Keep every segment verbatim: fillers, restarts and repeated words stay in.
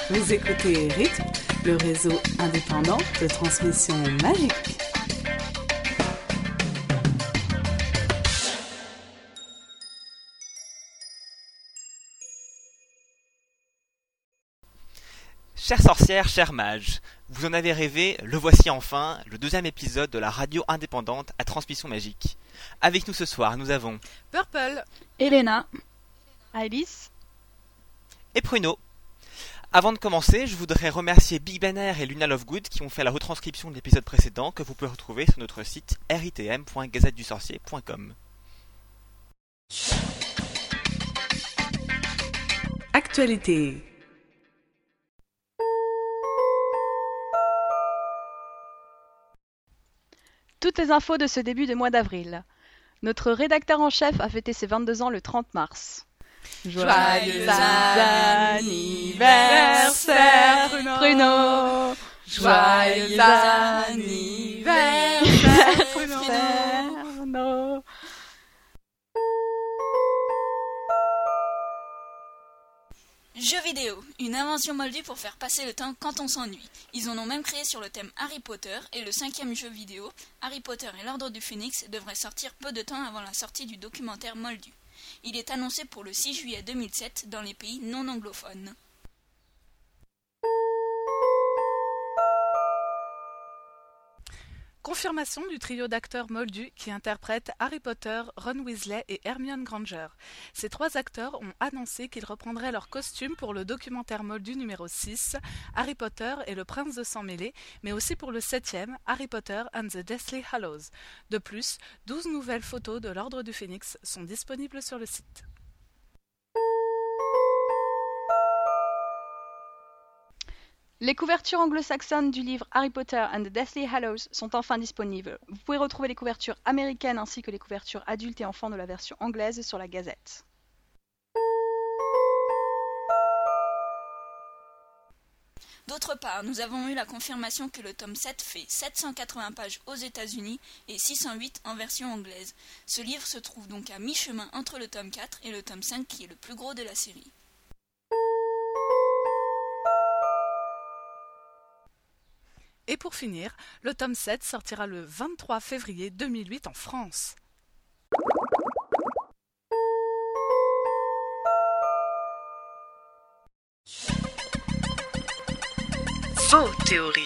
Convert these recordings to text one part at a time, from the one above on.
Vous écoutez Rythme, le réseau indépendant de transmission magique. Chères sorcières, chers mages, vous en avez rêvé, le voici enfin, le deuxième épisode de la radio indépendante à transmission magique. Avec nous ce soir, nous avons Purple, Elena, Alice et Pruno. Avant de commencer, je voudrais remercier Big Banner et Luna Lovegood qui ont fait la retranscription de l'épisode précédent que vous pouvez retrouver sur notre site r i t m point gazette du sorcier point com. Actualité. Toutes les infos de ce début de mois d'avril. Notre rédacteur en chef a fêté ses vingt-deux ans le trente mars. Joyeux anniversaire, Pruno. Pruno. Joyeux anniversaire, Pruno. Pruno. Jeux vidéo, une invention moldue pour faire passer le temps quand on s'ennuie. Ils en ont même créé sur le thème Harry Potter et le cinquième jeu vidéo, Harry Potter et l'Ordre du Phénix, devrait sortir peu de temps avant la sortie du documentaire moldu. Il est annoncé pour le six juillet deux mille sept dans les pays non anglophones. Confirmation du trio d'acteurs moldus qui interprètent Harry Potter, Ron Weasley et Hermione Granger. Ces trois acteurs ont annoncé qu'ils reprendraient leurs costumes pour le documentaire moldu numéro six, Harry Potter et le prince de sang mêlé, mais aussi pour le septième, Harry Potter and the Deathly Hallows. De plus, douze nouvelles photos de l'Ordre du Phénix sont disponibles sur le site. Les couvertures anglo-saxonnes du livre Harry Potter and the Deathly Hallows sont enfin disponibles. Vous pouvez retrouver les couvertures américaines ainsi que les couvertures adultes et enfants de la version anglaise sur la Gazette. D'autre part, nous avons eu la confirmation que le tome sept fait sept cent quatre-vingts pages aux États-Unis et six cent huit en version anglaise. Ce livre se trouve donc à mi-chemin entre le tome quatre et le tome cinq qui est le plus gros de la série. Et pour finir, le tome sept sortira le vingt-trois février deux mille huit en France. Faux théorie.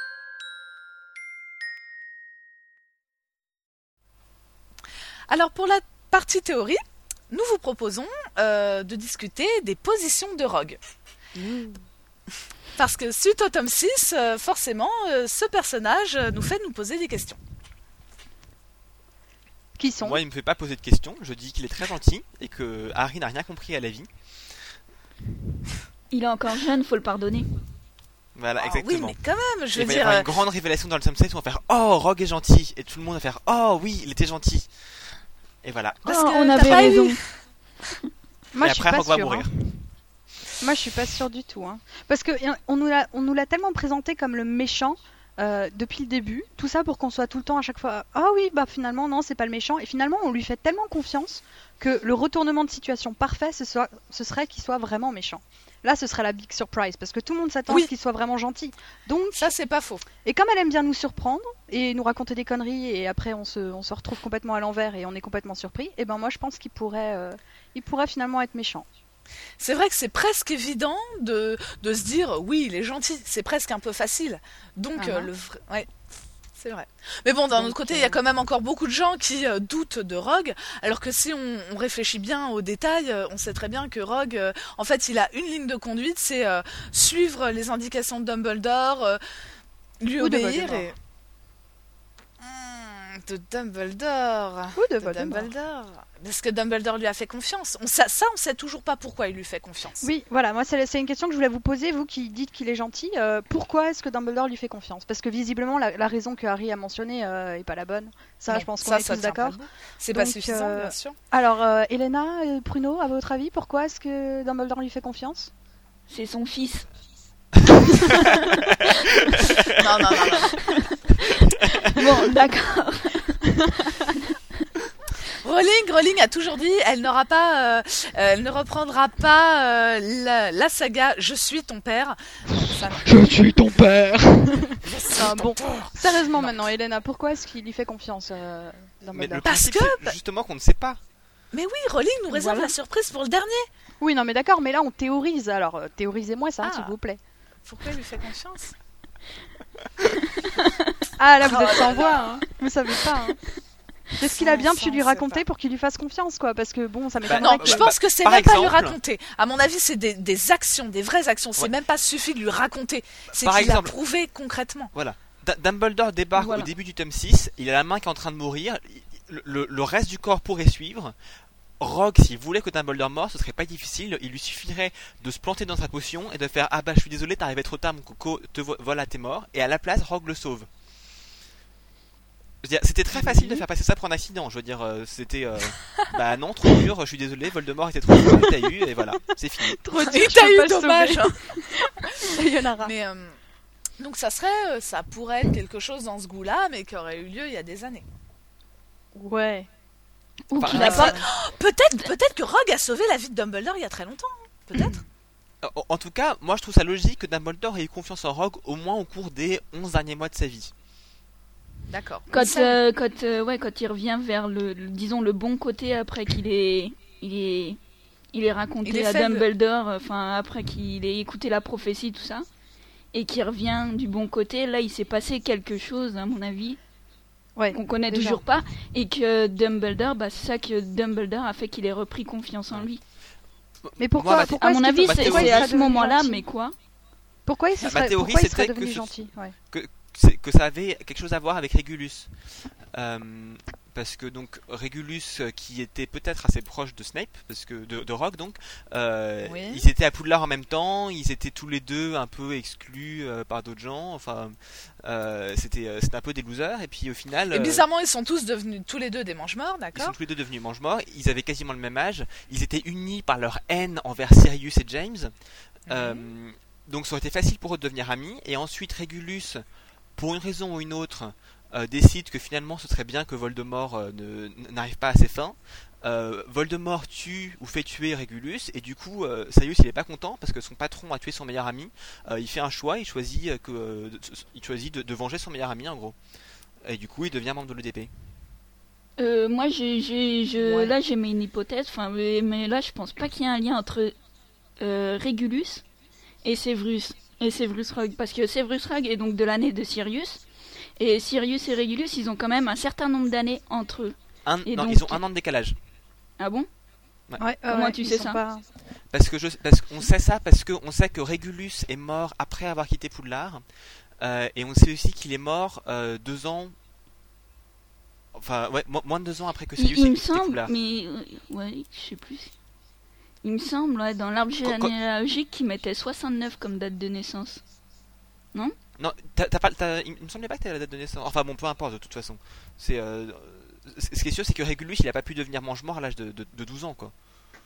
Alors pour la partie théorie, nous vous proposons euh, de discuter des positions de Rogue. Mmh. Parce que suite au tome six, euh, forcément, euh, ce personnage euh, nous fait nous poser des questions. Qui sont ? Moi, il me fait pas poser de questions, je dis qu'il est très gentil et que Harry n'a rien compris à la vie. il est encore jeune, faut le pardonner. Voilà, Ah, exactement. oui, mais quand même, je il veux va y dire... avoir euh, une grande révélation dans le tome sept où on va faire « Oh, Rogue est gentil !» et tout le monde va faire « Oh, oui, il était gentil !» Et voilà. Parce Oh, que on t'as avait pas raison. eu- Moi, et je suis après, pas Rogue va sûre. mourir. hein. Moi, je suis pas sûre du tout. Hein. Parce que y a- on nous l'a, on nous l'a tellement présenté comme le méchant euh, depuis le début. Tout ça pour qu'on soit tout le temps à chaque fois. Ah oui, bah finalement non, c'est pas le méchant. Et finalement, on lui fait tellement confiance que le retournement de situation parfait, ce, soit, ce serait qu'il soit vraiment méchant. Là, ce serait la big surprise parce que tout le monde s'attend Oui. à ce qu'il soit vraiment gentil. Donc, Ça, c'est pas faux. et comme elle aime bien nous surprendre et nous raconter des conneries et après on se, on se retrouve complètement à l'envers et on est complètement surpris, et ben moi je pense qu'il pourrait, euh, il pourrait finalement être méchant. C'est vrai que c'est presque évident de, de se dire, oui, il est gentil. C'est presque un peu facile. Donc, Ah euh, non. le vrai... Ouais. C'est vrai. Mais bon, d'un Donc, autre côté, il euh, y a quand même encore beaucoup de gens qui euh, doutent de Rogue, alors que si on, on réfléchit bien aux détails, euh, on sait très bien que Rogue, euh, en fait, il a une ligne de conduite, c'est euh, suivre les indications de Dumbledore, euh, lui Ou de obéir Voldemort. et... Hmm, de Dumbledore. Ou de De Voldemort. Dumbledore. Parce que Dumbledore lui a fait confiance. On, ça, ça, on sait toujours pas pourquoi il lui fait confiance. Oui, voilà, moi c'est, c'est une question que je voulais vous poser, vous qui dites qu'il est gentil. euh, pourquoi est-ce que Dumbledore lui fait confiance ? Parce que visiblement la, la raison que Harry a mentionnée euh, est pas la bonne. Ça, Non, je pense qu'on ça, est ça tous tient pas d'accord. debout. C'est pas Donc, suffisant, euh, bien sûr. Alors, euh, Elena, euh, Pruno, à votre avis, pourquoi est-ce que Dumbledore lui fait confiance ? C'est son fils. Non, non, non, non. Bon, d'accord. Rowling, Rowling a toujours dit, elle n'aura pas, euh, elle ne reprendra pas euh, la, la saga Je suis ton père. Ça, Je suis ton père. Je suis Ah, ton bon. père. Sérieusement Non. maintenant, Elena, pourquoi est-ce qu'il y fait confiance euh, Mais Dumbledore le Parce principe, que- c'est justement qu'on ne sait pas. Mais oui, Rowling nous réserve Voilà. la surprise pour le dernier. Oui, non, mais d'accord, mais là on théorise. Alors, euh, théorisez-moi ça, Ah. s'il vous plaît. Pourquoi il lui fait confiance? Ah, là vous Oh êtes là sans là. voix, hein. Vous savez pas. Hein. Qu'est-ce qu'il a Sans- bien sans, pu lui on sait raconter pas. pour qu'il lui fasse confiance, quoi? Parce que bon, ça Bah, m'étonnerait Non, bah, que. je pense que c'est par même pas lui exemple- raconter. À mon avis, c'est des, des actions, des vraies actions. C'est Ouais. même pas suffit de lui raconter. C'est Par qu'il a exemple- prouvé concrètement. D- Dumbledore débarque Voilà. au début du tome six, il a la main qui est en train de mourir, le, le- le reste du corps pourrait suivre. Rogue, s'il voulait que Dumbledore meure, ce serait pas difficile, il lui suffirait de se planter dans sa potion et de faire « Ah bah je suis désolé, t'es arrivé trop tard mon coco, te vo- voilà t'es mort » et à la place Rogue le sauve. Je veux dire, c'était très facile de faire passer ça pour un accident, je veux dire, euh, c'était euh, bah non, trop dur, je suis désolé, Voldemort était trop fort, t'as eu, et voilà, c'est fini. Trop dur, Et je t'as peux eu pas dommage. sauver. hein. Sayonara. Mais euh, donc ça serait, euh, ça pourrait être quelque chose dans ce goût-là, mais qui aurait eu lieu il y a des années. Ouais. Ou Enfin, qu'il ouais, a pas. Peut-être, peut-être que Rogue a sauvé la vie de Dumbledore il y a très longtemps. hein. Peut-être. En- En tout cas, moi je trouve ça logique que Dumbledore ait eu confiance en Rogue au moins au cours des onze derniers mois de sa vie. D'accord. Quand, Ça, euh, quand, euh, ouais, quand il revient vers le, le- disons le bon côté après qu'il est, il est, il est raconté Il est à fait le- Dumbledore, enfin après qu'il ait écouté la prophétie tout ça, et qu'il revient du bon côté, là il s'est passé quelque chose à mon avis Ouais. qu'on connaît déjà. toujours pas, et que Dumbledore, bah c'est ça que Dumbledore a fait qu'il ait repris confiance en lui. Mais pourquoi, Moi, ma- pourquoi À est-ce mon qu'il avis, faut- ma c'est pourquoi il c'est serait à ce devenu moment-là, gentil mais quoi Pourquoi il se Ma serait, théorie, pourquoi il c'était serait devenu que ce- gentil ouais. C'est que ça avait quelque chose à voir avec Régulus. Euh, parce que donc Régulus, euh, qui était peut-être assez proche de Snape, parce que de, de Rogue donc, euh, Oui. ils étaient à Poudlard en même temps, ils étaient tous les deux un peu exclus euh, par d'autres gens. Enfin, euh, c'était euh, c'était un peu des losers. Et puis au final, Et euh, bizarrement, ils sont tous devenus tous les deux des mange-morts, ils sont d'accord? tous les deux devenus mange-morts. Ils avaient quasiment le même âge. Ils étaient unis par leur haine envers Sirius et James. Euh, donc ça aurait été facile pour eux de devenir amis. Et ensuite Régulus, pour une raison ou une autre, euh, décide que finalement ce serait bien que Voldemort euh, ne- n'arrive pas à ses fins. Euh, Voldemort tue ou fait tuer Régulus, et du coup euh, Sirius il est pas content parce que son patron a tué son meilleur ami. Euh, il fait un choix, il choisit, euh, que, euh, de, il choisit de, de venger son meilleur ami en gros. Et du coup il devient membre de l'E D P. Euh, moi, j'ai, j'ai, je, Ouais. là, j'ai mis une hypothèse, enfin, mais, mais là, je pense pas qu'il y ait un lien entre euh, Régulus et Severus, et Severus Rogue, parce que Severus Rogue est donc de l'année de Sirius, et Sirius et Régulus, ils ont quand même un certain nombre d'années entre eux. Un, Et non, donc- ils ont un an de décalage. Ah bon? Ouais, Comment ouais, tu ils sais sont ça pas- Parce que je, parce qu'on sait ça parce que on sait que Régulus est mort après avoir quitté Poudlard, euh, et on sait aussi qu'il est mort euh, deux ans, enfin ouais, mo- moins de deux ans après que Il, Sirius il ait me quitté semble, Poudlard. mais euh, ouais, je sais plus. Il me semble, ouais, dans l'arbre Quoi- quoi- généalogique, qu'il mettait soixante-neuf comme date de naissance. Non, t'as, t'as pas, t'as- il me semblait pas que t'avais la date de naissance. Enfin bon, peu importe de toute façon. C'est, euh, ce qui est sûr, c'est que Régulus, il a pas pu devenir mange-mort à l'âge de, de, de douze ans quoi.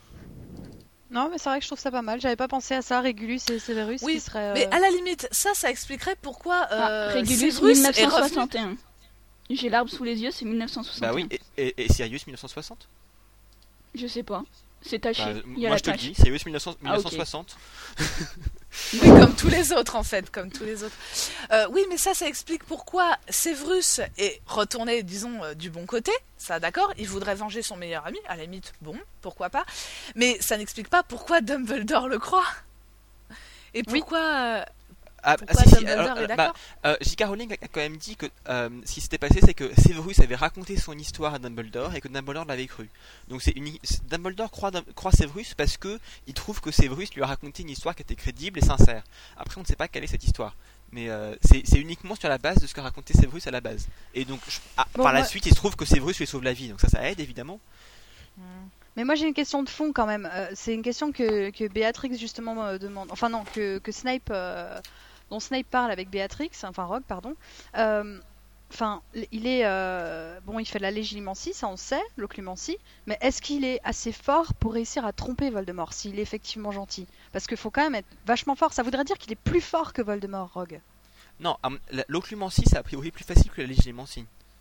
Non, mais c'est vrai que je trouve ça pas mal. J'avais pas pensé à ça, Régulus et Severus Oui, qui seraient. Mais euh, à la limite, ça, ça expliquerait pourquoi Ah, euh, Régulus, Severus mille neuf est cent revenu. soixante et un. J'ai l'arbre sous les yeux, c'est mille neuf cent soixante et un. Bah oui, et, et, et Sirius mille neuf cent soixante. Je sais pas. C'est taché. Bah, Il y a moi la je te le tache. dis, Sirius mille neuf cents, Ah, ok. mille neuf cent soixante. Oui, comme tous les autres en fait, comme tous les autres. Euh, oui, mais ça, ça explique pourquoi Severus est retourné, disons, euh, du bon côté. Ça, d'accord, il voudrait venger son meilleur ami. À la limite, bon, pourquoi pas. Mais ça n'explique pas pourquoi Dumbledore le croit. Et Oui. pourquoi. euh, Ah, Pourquoi si, si, Dumbledore alors, est bah, d'accord euh, J K. Rowling a quand même dit que euh, ce qui s'était passé, c'est que Severus avait raconté son histoire à Dumbledore et que Dumbledore l'avait cru. Donc c'est une... Dumbledore croit, croit Severus parce que il trouve que Severus lui a raconté une histoire qui était crédible et sincère. Après, on ne sait pas quelle est cette histoire, mais euh, c'est, c'est uniquement sur la base de ce qu'a raconté Severus à la base. Et donc, je- ah, Bon, par la moi- suite, il se trouve que Severus lui sauve la vie, donc ça, ça aide évidemment. Mais moi j'ai une question de fond quand même. Euh, c'est une question que, que Béatrix justement me demande. Enfin non, que, que Snape, euh, dont Snape parle avec Béatrix, enfin Rogue, pardon. Euh, Enfin, il est euh, bon, il fait de la légimancie, ça on sait, l'occlumencie. Mais est-ce qu'il est assez fort pour réussir à tromper Voldemort s'il est effectivement gentil? Parce qu'il faut quand même être vachement fort. Ça voudrait dire qu'il est plus fort que Voldemort, Rogue. Non, hum, la- l'occlumencie, c'est a priori plus facile que la légimancie.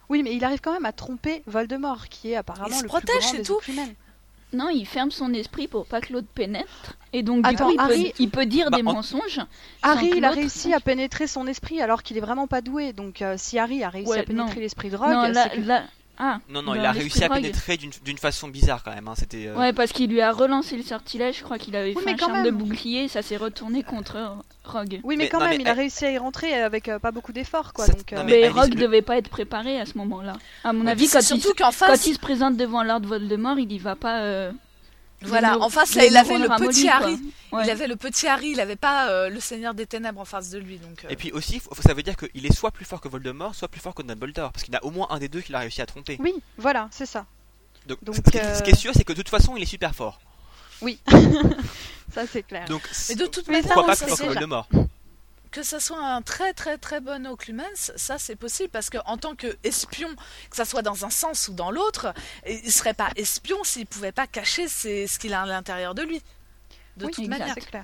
Oui, mais il arrive quand même à tromper Voldemort, qui est apparemment Il se le protège, plus grand c'est des tout. Occlumens. Non, il ferme son esprit pour pas que l'autre pénètre. Et donc, Attends, du coup, il, Harry- peut, il peut dire Bah, des en- mensonges. Harry, sans que il a l'autre réussi à pénétrer son esprit alors qu'il est vraiment pas doué. Donc, euh, si Harry a réussi Ouais, à pénétrer non. l'esprit de Rogue, Non, là, c'est que... là... Ah, Non, non, dans il a l'esprit réussi à de Rogue. pénétrer d'une d'une façon bizarre quand même. Hein. C'était. euh, Ouais, parce qu'il lui a relancé le sortilège. Je crois qu'il avait Oui, fait mais un quand charme même. de bouclier. Et ça s'est retourné contre euh, Rogue. Oui, mais, Mais quand non, même, mais il a elle- réussi à y rentrer avec euh, pas beaucoup d'efforts, quoi. C'est- Donc, non, euh, mais Mais Alice, Rogue le- devait pas être préparé à ce moment-là. À mon Ouais, avis, C'est quand il, surtout qu'en face, quand il se présente devant Lord Voldemort, il y va pas. euh, voilà, les en face, neurones là, il avait le ramollis, petit quoi. Harry. Ouais. Il avait le petit Harry, il avait pas euh, le Seigneur des Ténèbres en face de lui, donc. euh, Et puis aussi, faut- ça veut dire qu'il est soit plus fort que Voldemort, soit plus fort que Dumbledore, parce qu'il y en a au moins un des deux qu'il a réussi à tromper. oui, voilà, c'est ça. Donc, Donc, ce, qui, euh, ce qui est sûr, c'est que de toute façon, il est super fort. Oui, ça c'est clair. Donc, Mais de toute Mais manière, pourquoi pas ça, plus fort que c'est- Voldemort? que ça soit un très très très bon Occlumens, ça c'est possible parce que en tant que espion, que ça soit dans un sens ou dans l'autre, il serait pas espion s'il pouvait pas cacher ses- ce qu'il a à l'intérieur de lui. De Oui, toute exact. manière, c'est clair.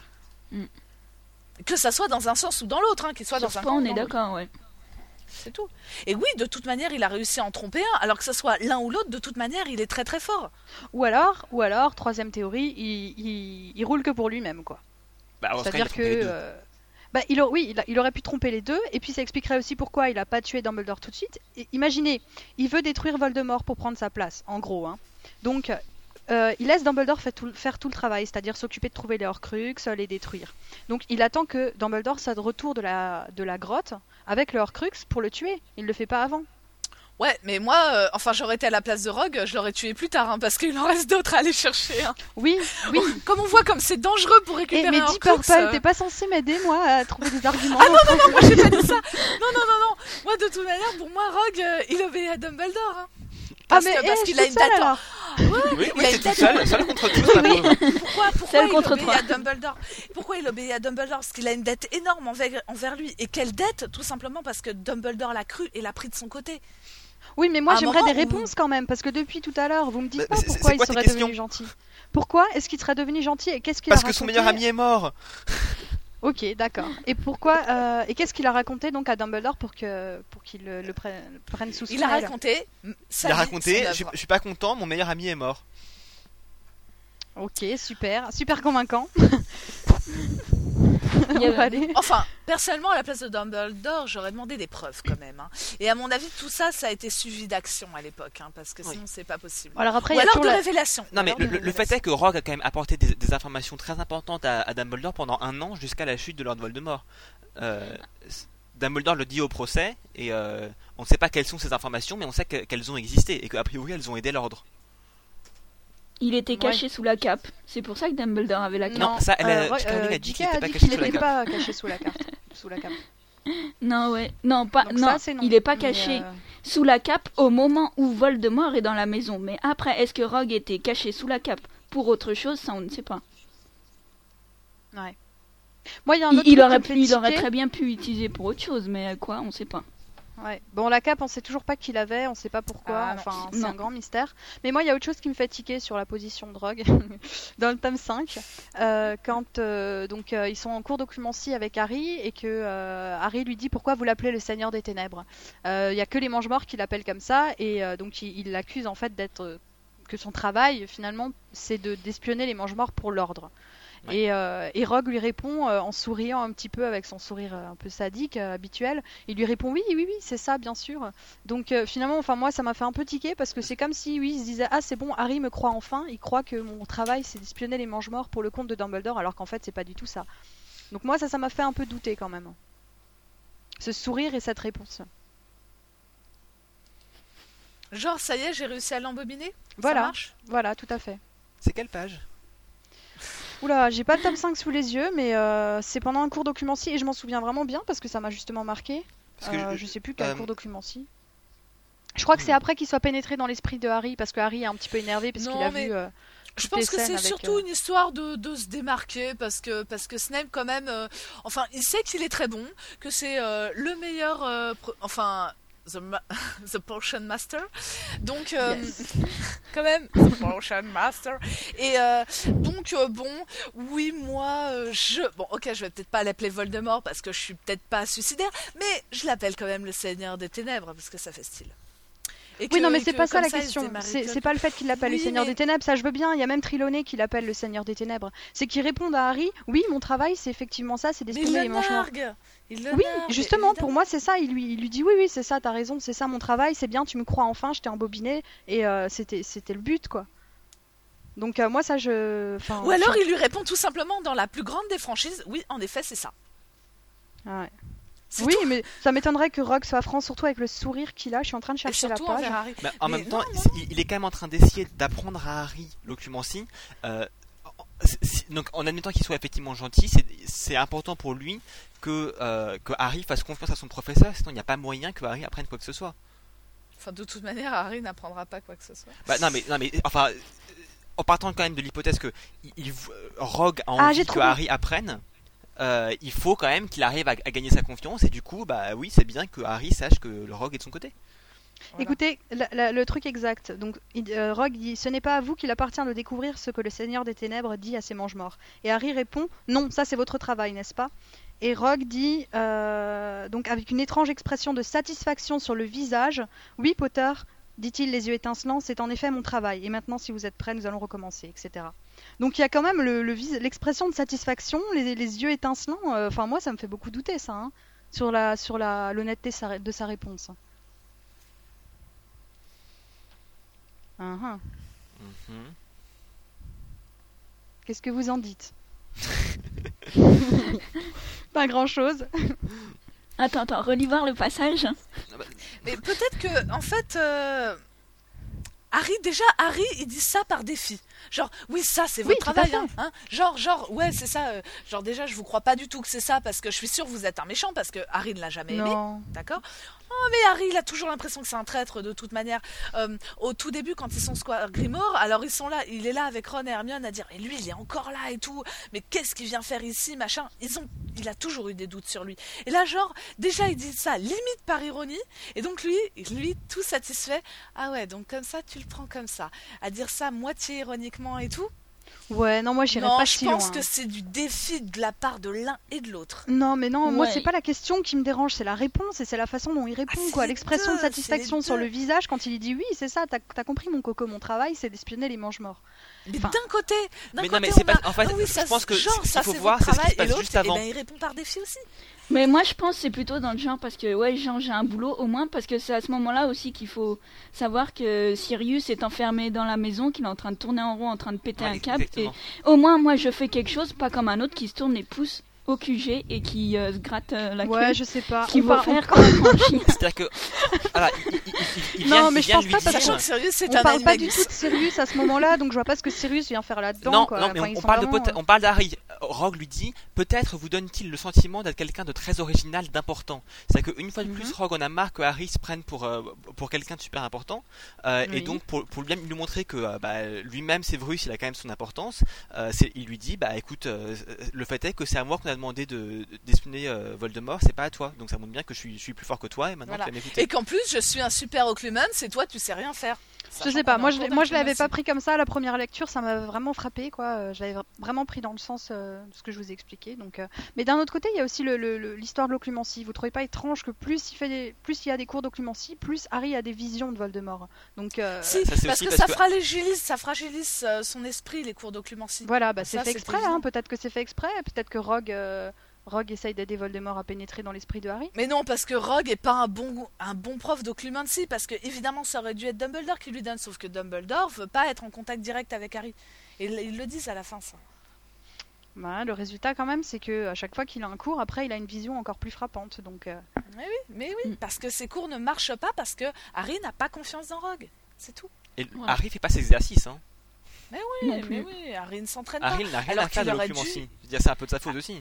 que ça soit dans un sens ou dans l'autre, hein, qu'il soit Sur dans ce un point, camp on ou est dans l'autre. d'accord, ouais. C'est tout. Et oui, de toute manière, il a réussi à en tromper un, alors que ça soit l'un ou l'autre, de toute manière, il est très très fort. Ou alors, ou alors, troisième théorie, il, il, il roule que pour lui-même, quoi. Bah, alors, dans ce cas, il a C'est-à-dire que, trompé les deux. euh, bah, il a- oui, il, a- il aurait pu tromper les deux, et puis ça expliquerait aussi pourquoi il a pas tué Dumbledore tout de suite. Et imaginez, il veut détruire Voldemort pour prendre sa place, en gros. Hein. Donc, euh, il laisse Dumbledore fait tout- faire tout le travail, c'est-à-dire s'occuper de trouver les Horcruxes, les détruire. Donc, il attend que Dumbledore soit de retour de la, de la grotte avec le Horcrux pour le tuer. Il le fait pas avant. Ouais, mais moi, euh, enfin, j'aurais été à la place de Rogue, je l'aurais tué plus tard, hein, parce qu'il en reste d'autres à aller chercher. Hein. Oui, oui. Comme on voit, comme c'est dangereux pour Et, récupérer mais un Deep Horcrux. Purple, euh, t'es pas censé m'aider, moi, à trouver des arguments. Ah non, non, non, moi j'ai pas dit ça. Non, non, non, non. Moi, de toute manière, pour moi, Rogue, euh, il obéit à Dumbledore. Hein. Ah, Parce mais que- eh, parce je qu'il suis a une seule, date. alors. Oui, il oui, a c'est une tout date- seul, seul contre tous, la pauvre. Pourquoi, pourquoi Seul il contre obéit trois. à Dumbledore Pourquoi il obéit à Dumbledore Parce qu'il a une dette énorme envers, envers lui. Et quelle dette Tout simplement parce que Dumbledore l'a cru et l'a pris de son côté. Oui, mais moi À un j'aimerais des moment où- réponses quand même, parce que depuis tout à l'heure, vous me dites Mais pas c'est- pourquoi c'est il quoi tes serait questions devenu gentil. Pourquoi est-ce qu'il serait devenu gentil et qu'est-ce qu'il a Parce que raconté son meilleur ami est mort. Ok, d'accord. Et pourquoi euh, et qu'est-ce qu'il a raconté donc à Dumbledore pour que pour qu'il le, le prenne, prenne sous son Il a aile raconté. m- sa Il a vie, raconté, son je, suis- œuvre. je suis pas content, mon meilleur ami est mort. Ok, super, super convaincant. Il y On a- va aller. Enfin, personnellement, à la place de Dumbledore, j'aurais demandé des preuves quand même. Hein. Et à mon avis, tout ça, ça a été suivi d'action à l'époque, hein, parce que Oui. sinon, c'est pas possible. Alors après, Ou il y a alors toujours de la... révélation. Non, Ou mais alors le, de le- le fait révélation. est que Rogue a quand même apporté des, des informations très importantes à, à Dumbledore pendant un an jusqu'à la chute de Lord Voldemort. Euh, s- Dumbledore le dit au procès et euh, on ne sait pas quelles sont ces informations, mais on sait que- qu'elles ont existé et qu'a priori elles ont aidé l'ordre. Il était caché sous la cape. C'est pour ça que Dumbledore avait la cape. Non, ça, elle a- euh, J K. Rowling a euh, dit J K qu'il était pas dit caché qu'il sous la était cape. pas caché sous la carte, sous la cape. Non, ouais. Non, pas. Donc non, ça, c'est non. il est pas Mais, caché euh, sous la cape au moment où Voldemort est dans la maison. Mais après, est-ce que Rogue était caché sous la cape pour autre chose? Ça, on ne sait pas. Ouais. Moi, il y a un Il, autre il truc aurait, qui me fait il aurait tiquer. très bien pu utiliser pour autre chose, mais euh, quoi, on sait pas. Ouais. Bon, la cape, on sait toujours pas qui l'avait, on sait pas pourquoi, Ah, non. enfin, c'est Non. un grand mystère. Mais moi, il y a autre chose qui me fait tiquer sur la position de Rogue dans le tome cinq. Euh, quand euh, donc euh, ils sont en cours d'occlumencie avec Harry et que euh, Harry lui dit pourquoi vous l'appelez le Seigneur des Ténèbres. Euh, Il y a que les Mange-Morts qui l'appellent comme ça et euh, donc il il l'accuse en fait d'être euh, que son travail finalement c'est de d'espionner les Mange-Morts pour l'ordre. Ouais. Et, euh, et Rogue lui répond euh, en souriant un petit peu avec son sourire euh, un peu sadique euh, habituel. Il lui répond oui, oui, oui, c'est ça, bien sûr. Donc euh, finalement, enfin moi, ça m'a fait un peu tiquer parce que c'est comme si, oui, il se disait ah c'est bon, Harry me croit enfin. Il croit que mon travail c'est d'espionner les Mange-Morts pour le compte de Dumbledore, alors qu'en fait c'est pas du tout ça. Donc moi, ça, ça m'a fait un peu douter quand même. Ce sourire et cette réponse. Genre, ça y est, j'ai réussi à l'embobiner. Ça Voilà, marche voilà, tout à fait. C'est quelle page? Oula, j'ai pas le tome cinq sous les yeux, mais euh, c'est pendant un cours d'occlumencie et je m'en souviens vraiment bien parce que ça m'a justement marqué. Parce que Euh, je- je sais plus quel euh, cours d'occlumencie. Je crois que c'est après qu'il soit pénétré dans l'esprit de Harry parce que Harry est un petit peu énervé parce qu'il Non, a mais vu. euh, Je toutes pense les que scènes c'est avec, surtout euh, une histoire de, de se démarquer parce que, parce que Snape quand même, euh, enfin il sait qu'il est très bon, que c'est euh, le meilleur, euh, pro- enfin the, ma- the Potion Master, donc euh, quand même the Potion Master, et euh, donc euh, bon, oui moi euh, je, bon ok je vais peut-être pas l'appeler Voldemort parce que je suis peut-être pas suicidaire, mais je l'appelle quand même le Seigneur des Ténèbres parce que ça fait style. Et Oui, que- non, mais et c'est que pas ça comme la ça, il se question. démarre C'est tout. c'est pas le fait qu'il l'appelle le Oui, Seigneur mais- des Ténèbres, ça je veux bien. Il y a même Trelawney qui l'appelle le Seigneur des Ténèbres. C'est qu'il réponde à Harry, oui, mon travail, c'est effectivement ça, c'est Mais il d'espionner les le manches morts. nargue. Il le Oui, nargue, justement, pour évidemment. moi, c'est ça. Il lui, il lui dit, oui, oui, c'est ça, t'as raison, c'est ça mon travail, c'est bien, tu me crois enfin, je t'ai embobiné, et euh, c'était c'était le but, quoi. Donc, euh, moi, ça, je. Enfin, Ou alors je- il lui répond tout simplement dans la plus grande des franchises, oui, en effet, c'est ça. Ah ouais. C'est Oui, tout. mais ça m'étonnerait que Rogue soit franc, surtout avec le sourire qu'il a. Je suis en train de Et chercher la surtout page. envers Harry. Bah, en Mais même non, temps, non, il, il est quand même en train d'essayer d'apprendre à Harry l'occlumency. Euh, c'est- c'est- donc, en admettant qu'il soit effectivement gentil, c'est, c'est important pour lui que, euh, que Harry fasse confiance à son professeur, sinon il n'y a pas moyen que Harry apprenne quoi que ce soit. Enfin, de toute manière, Harry n'apprendra pas quoi que ce soit. Bah, non, mais, non, mais enfin, euh, en partant quand même de l'hypothèse que il, il- euh, Rogue a Ah, envie j'ai que trouvé. Harry apprenne, euh, il faut quand même qu'il arrive à, à gagner sa confiance, et du coup, bah oui, c'est bien que Harry sache que le Rogue est de son côté. Voilà. Écoutez, la- la- le truc exact. Donc, il- euh, Rogue dit, ce n'est pas à vous qu'il appartient de découvrir ce que le Seigneur des Ténèbres dit à ses mange-morts. Et Harry répond, non, ça c'est votre travail, n'est-ce pas? Et Rogue dit, euh, donc avec une étrange expression de satisfaction sur le visage, oui, Potter, dit-il les yeux étincelants, c'est en effet mon travail. Et maintenant, si vous êtes prêts, nous allons recommencer, et cetera. Donc il y a quand même le, le vis- l'expression de satisfaction, les, les yeux étincelants. euh, Enfin, moi, ça me fait beaucoup douter, ça, hein, sur la, sur la, l'honnêteté sa ré- de sa réponse. Ah, ah. Mhm. Qu'est-ce que vous en dites? Pas grand-chose. Attends, attends, relis voir le passage. Mais peut-être que, en fait, euh, Harry, déjà, Harry, il dit ça par défi. Genre, oui, ça, c'est Oui, votre tout à travail, fait. hein, hein. Genre, genre, ouais, c'est ça. euh, genre, déjà, je vous crois pas du tout que c'est ça parce que je suis sûre que vous êtes un méchant parce que Harry ne l'a jamais aimé. Non. D'accord. Oh, mais Harry, il a toujours l'impression que c'est un traître de toute manière. Euh, au tout début, quand ils sont Square Grimoire, alors ils sont là, il est là avec Ron et Hermione à dire, et lui, il est encore là et tout. Mais qu'est-ce qu'il vient faire ici, machin. Ils ont, il a toujours eu des doutes sur lui. Et là, genre, déjà, il dit ça limite par ironie, et donc lui, lui, tout satisfait. Ah ouais, donc comme ça, tu le prends comme ça, à dire ça moitié ironiquement et tout. Ouais, non, moi j'irais Non, pas je si pense loin. que c'est du défi de la part de l'un et de l'autre. Non, mais non, moi Ouais. c'est pas la question qui me dérange, c'est la réponse et c'est la façon dont il répond, Ah, c'est quoi. les L'expression deux, de satisfaction c'est les sur deux. le visage quand il dit oui, c'est ça, t'as t'as compris mon coco, mon travail, c'est d'espionner les mange-morts. Mais Enfin- d'un côté, d'un Mais côté, non, mais c'est on pas- a, en fait, ah oui, je ça, pense que genre, ce qu'il ça faut c'est voir, votre c'est ce qui se travail, passe et l'autre, juste eh avant. ben, il répond par défi aussi. Mais moi, je pense que c'est plutôt dans le genre parce que, ouais, genre, j'ai un boulot au moins parce que c'est à ce moment-là aussi qu'il faut savoir que Sirius est enfermé dans la maison, qu'il est en train de tourner en rond, en train de péter Ouais, un câble. exactement. Et au moins, moi, je fais quelque chose, pas comme un autre qui se tourne les pouces au Q G et qui euh, se gratte euh, la Ouais, queue. je sais pas. Ce qu'il On faut par- faire quand on franchit. C'est-à-dire que. Voilà, il, il- il- il Non, vient, mais il je vient pense lui pas parce dire. Sachant que Sirius, c'est On un parle pas du animagus. tout de Sirius à ce moment-là, donc je vois pas ce que Sirius vient faire là-dedans, Non, quoi. non, mais Enfin, on, ils on sont parle de vraiment, Potter- on parle d'Harry. Rogue lui dit, peut-être vous donne-t-il le sentiment d'être quelqu'un de très original, d'important. C'est-à-dire qu'une fois de plus, Mhm. Rogue en a marre que Harry se prenne pour, euh, pour quelqu'un de super important. Euh, Oui. Et donc, pour, pour bien lui montrer que euh, bah, lui-même, Severus, il a quand même son importance, euh, c'est- il lui dit, bah écoute, euh, le fait est que c'est à moi qu'on a demandé de, d'espionner euh, Voldemort, c'est pas à toi. Donc ça montre bien que je suis, je suis plus fort que toi et maintenant Voilà. tu vas m'écouter. Et qu'en plus, je suis un super occlumen, c'est toi, tu sais rien faire. Je Sachant sais pas, qu'on est moi en je, cours l'ai- moi je l'avais pas d'inclusion. pris comme ça à la première lecture, ça m'a vraiment frappé quoi. Euh, Je l'avais vra- vraiment pris dans le sens euh, de ce que je vous ai expliqué. Donc, euh, mais d'un autre côté, il y a aussi le- le- le- l'histoire de l'occlumency. Vous trouvez pas étrange que plus il fait, des- plus il y a des cours d'occlumency, plus Harry a des visions de Voldemort. Donc euh, Si, Ça, c'est parce aussi que parce ça que- fragilise, ça fragilise euh, son esprit, les cours d'occlumency. voilà, bah, Ça, c'est fait c'est exprès. évident. Hein, peut-être que c'est fait exprès. Peut-être que Rogue, euh, Rogue essaye d'aider Voldemort à pénétrer dans l'esprit de Harry. Mais non, parce que Rogue est pas un bon, un bon prof d'occlumency, parce que évidemment ça aurait dû être Dumbledore qui lui donne, sauf que Dumbledore veut pas être en contact direct avec Harry. Et ils ils le disent à la fin, ça. Bah, le résultat quand même, c'est que à chaque fois qu'il a un cours, après il a une vision encore plus frappante. Donc euh, Mais oui, mais oui, Mm. parce que ces cours ne marchent pas, parce que Harry n'a pas confiance dans Rogue. C'est tout. Et Ouais. Harry fait pas ses exercices. Hein. Oui, Non mais plus. oui, Harry ne s'entraîne pas. Harry n'a rien Alors à faire qu'il de aurait l'occlumency. dû- Je veux dire, c'est un peu de sa faute aussi.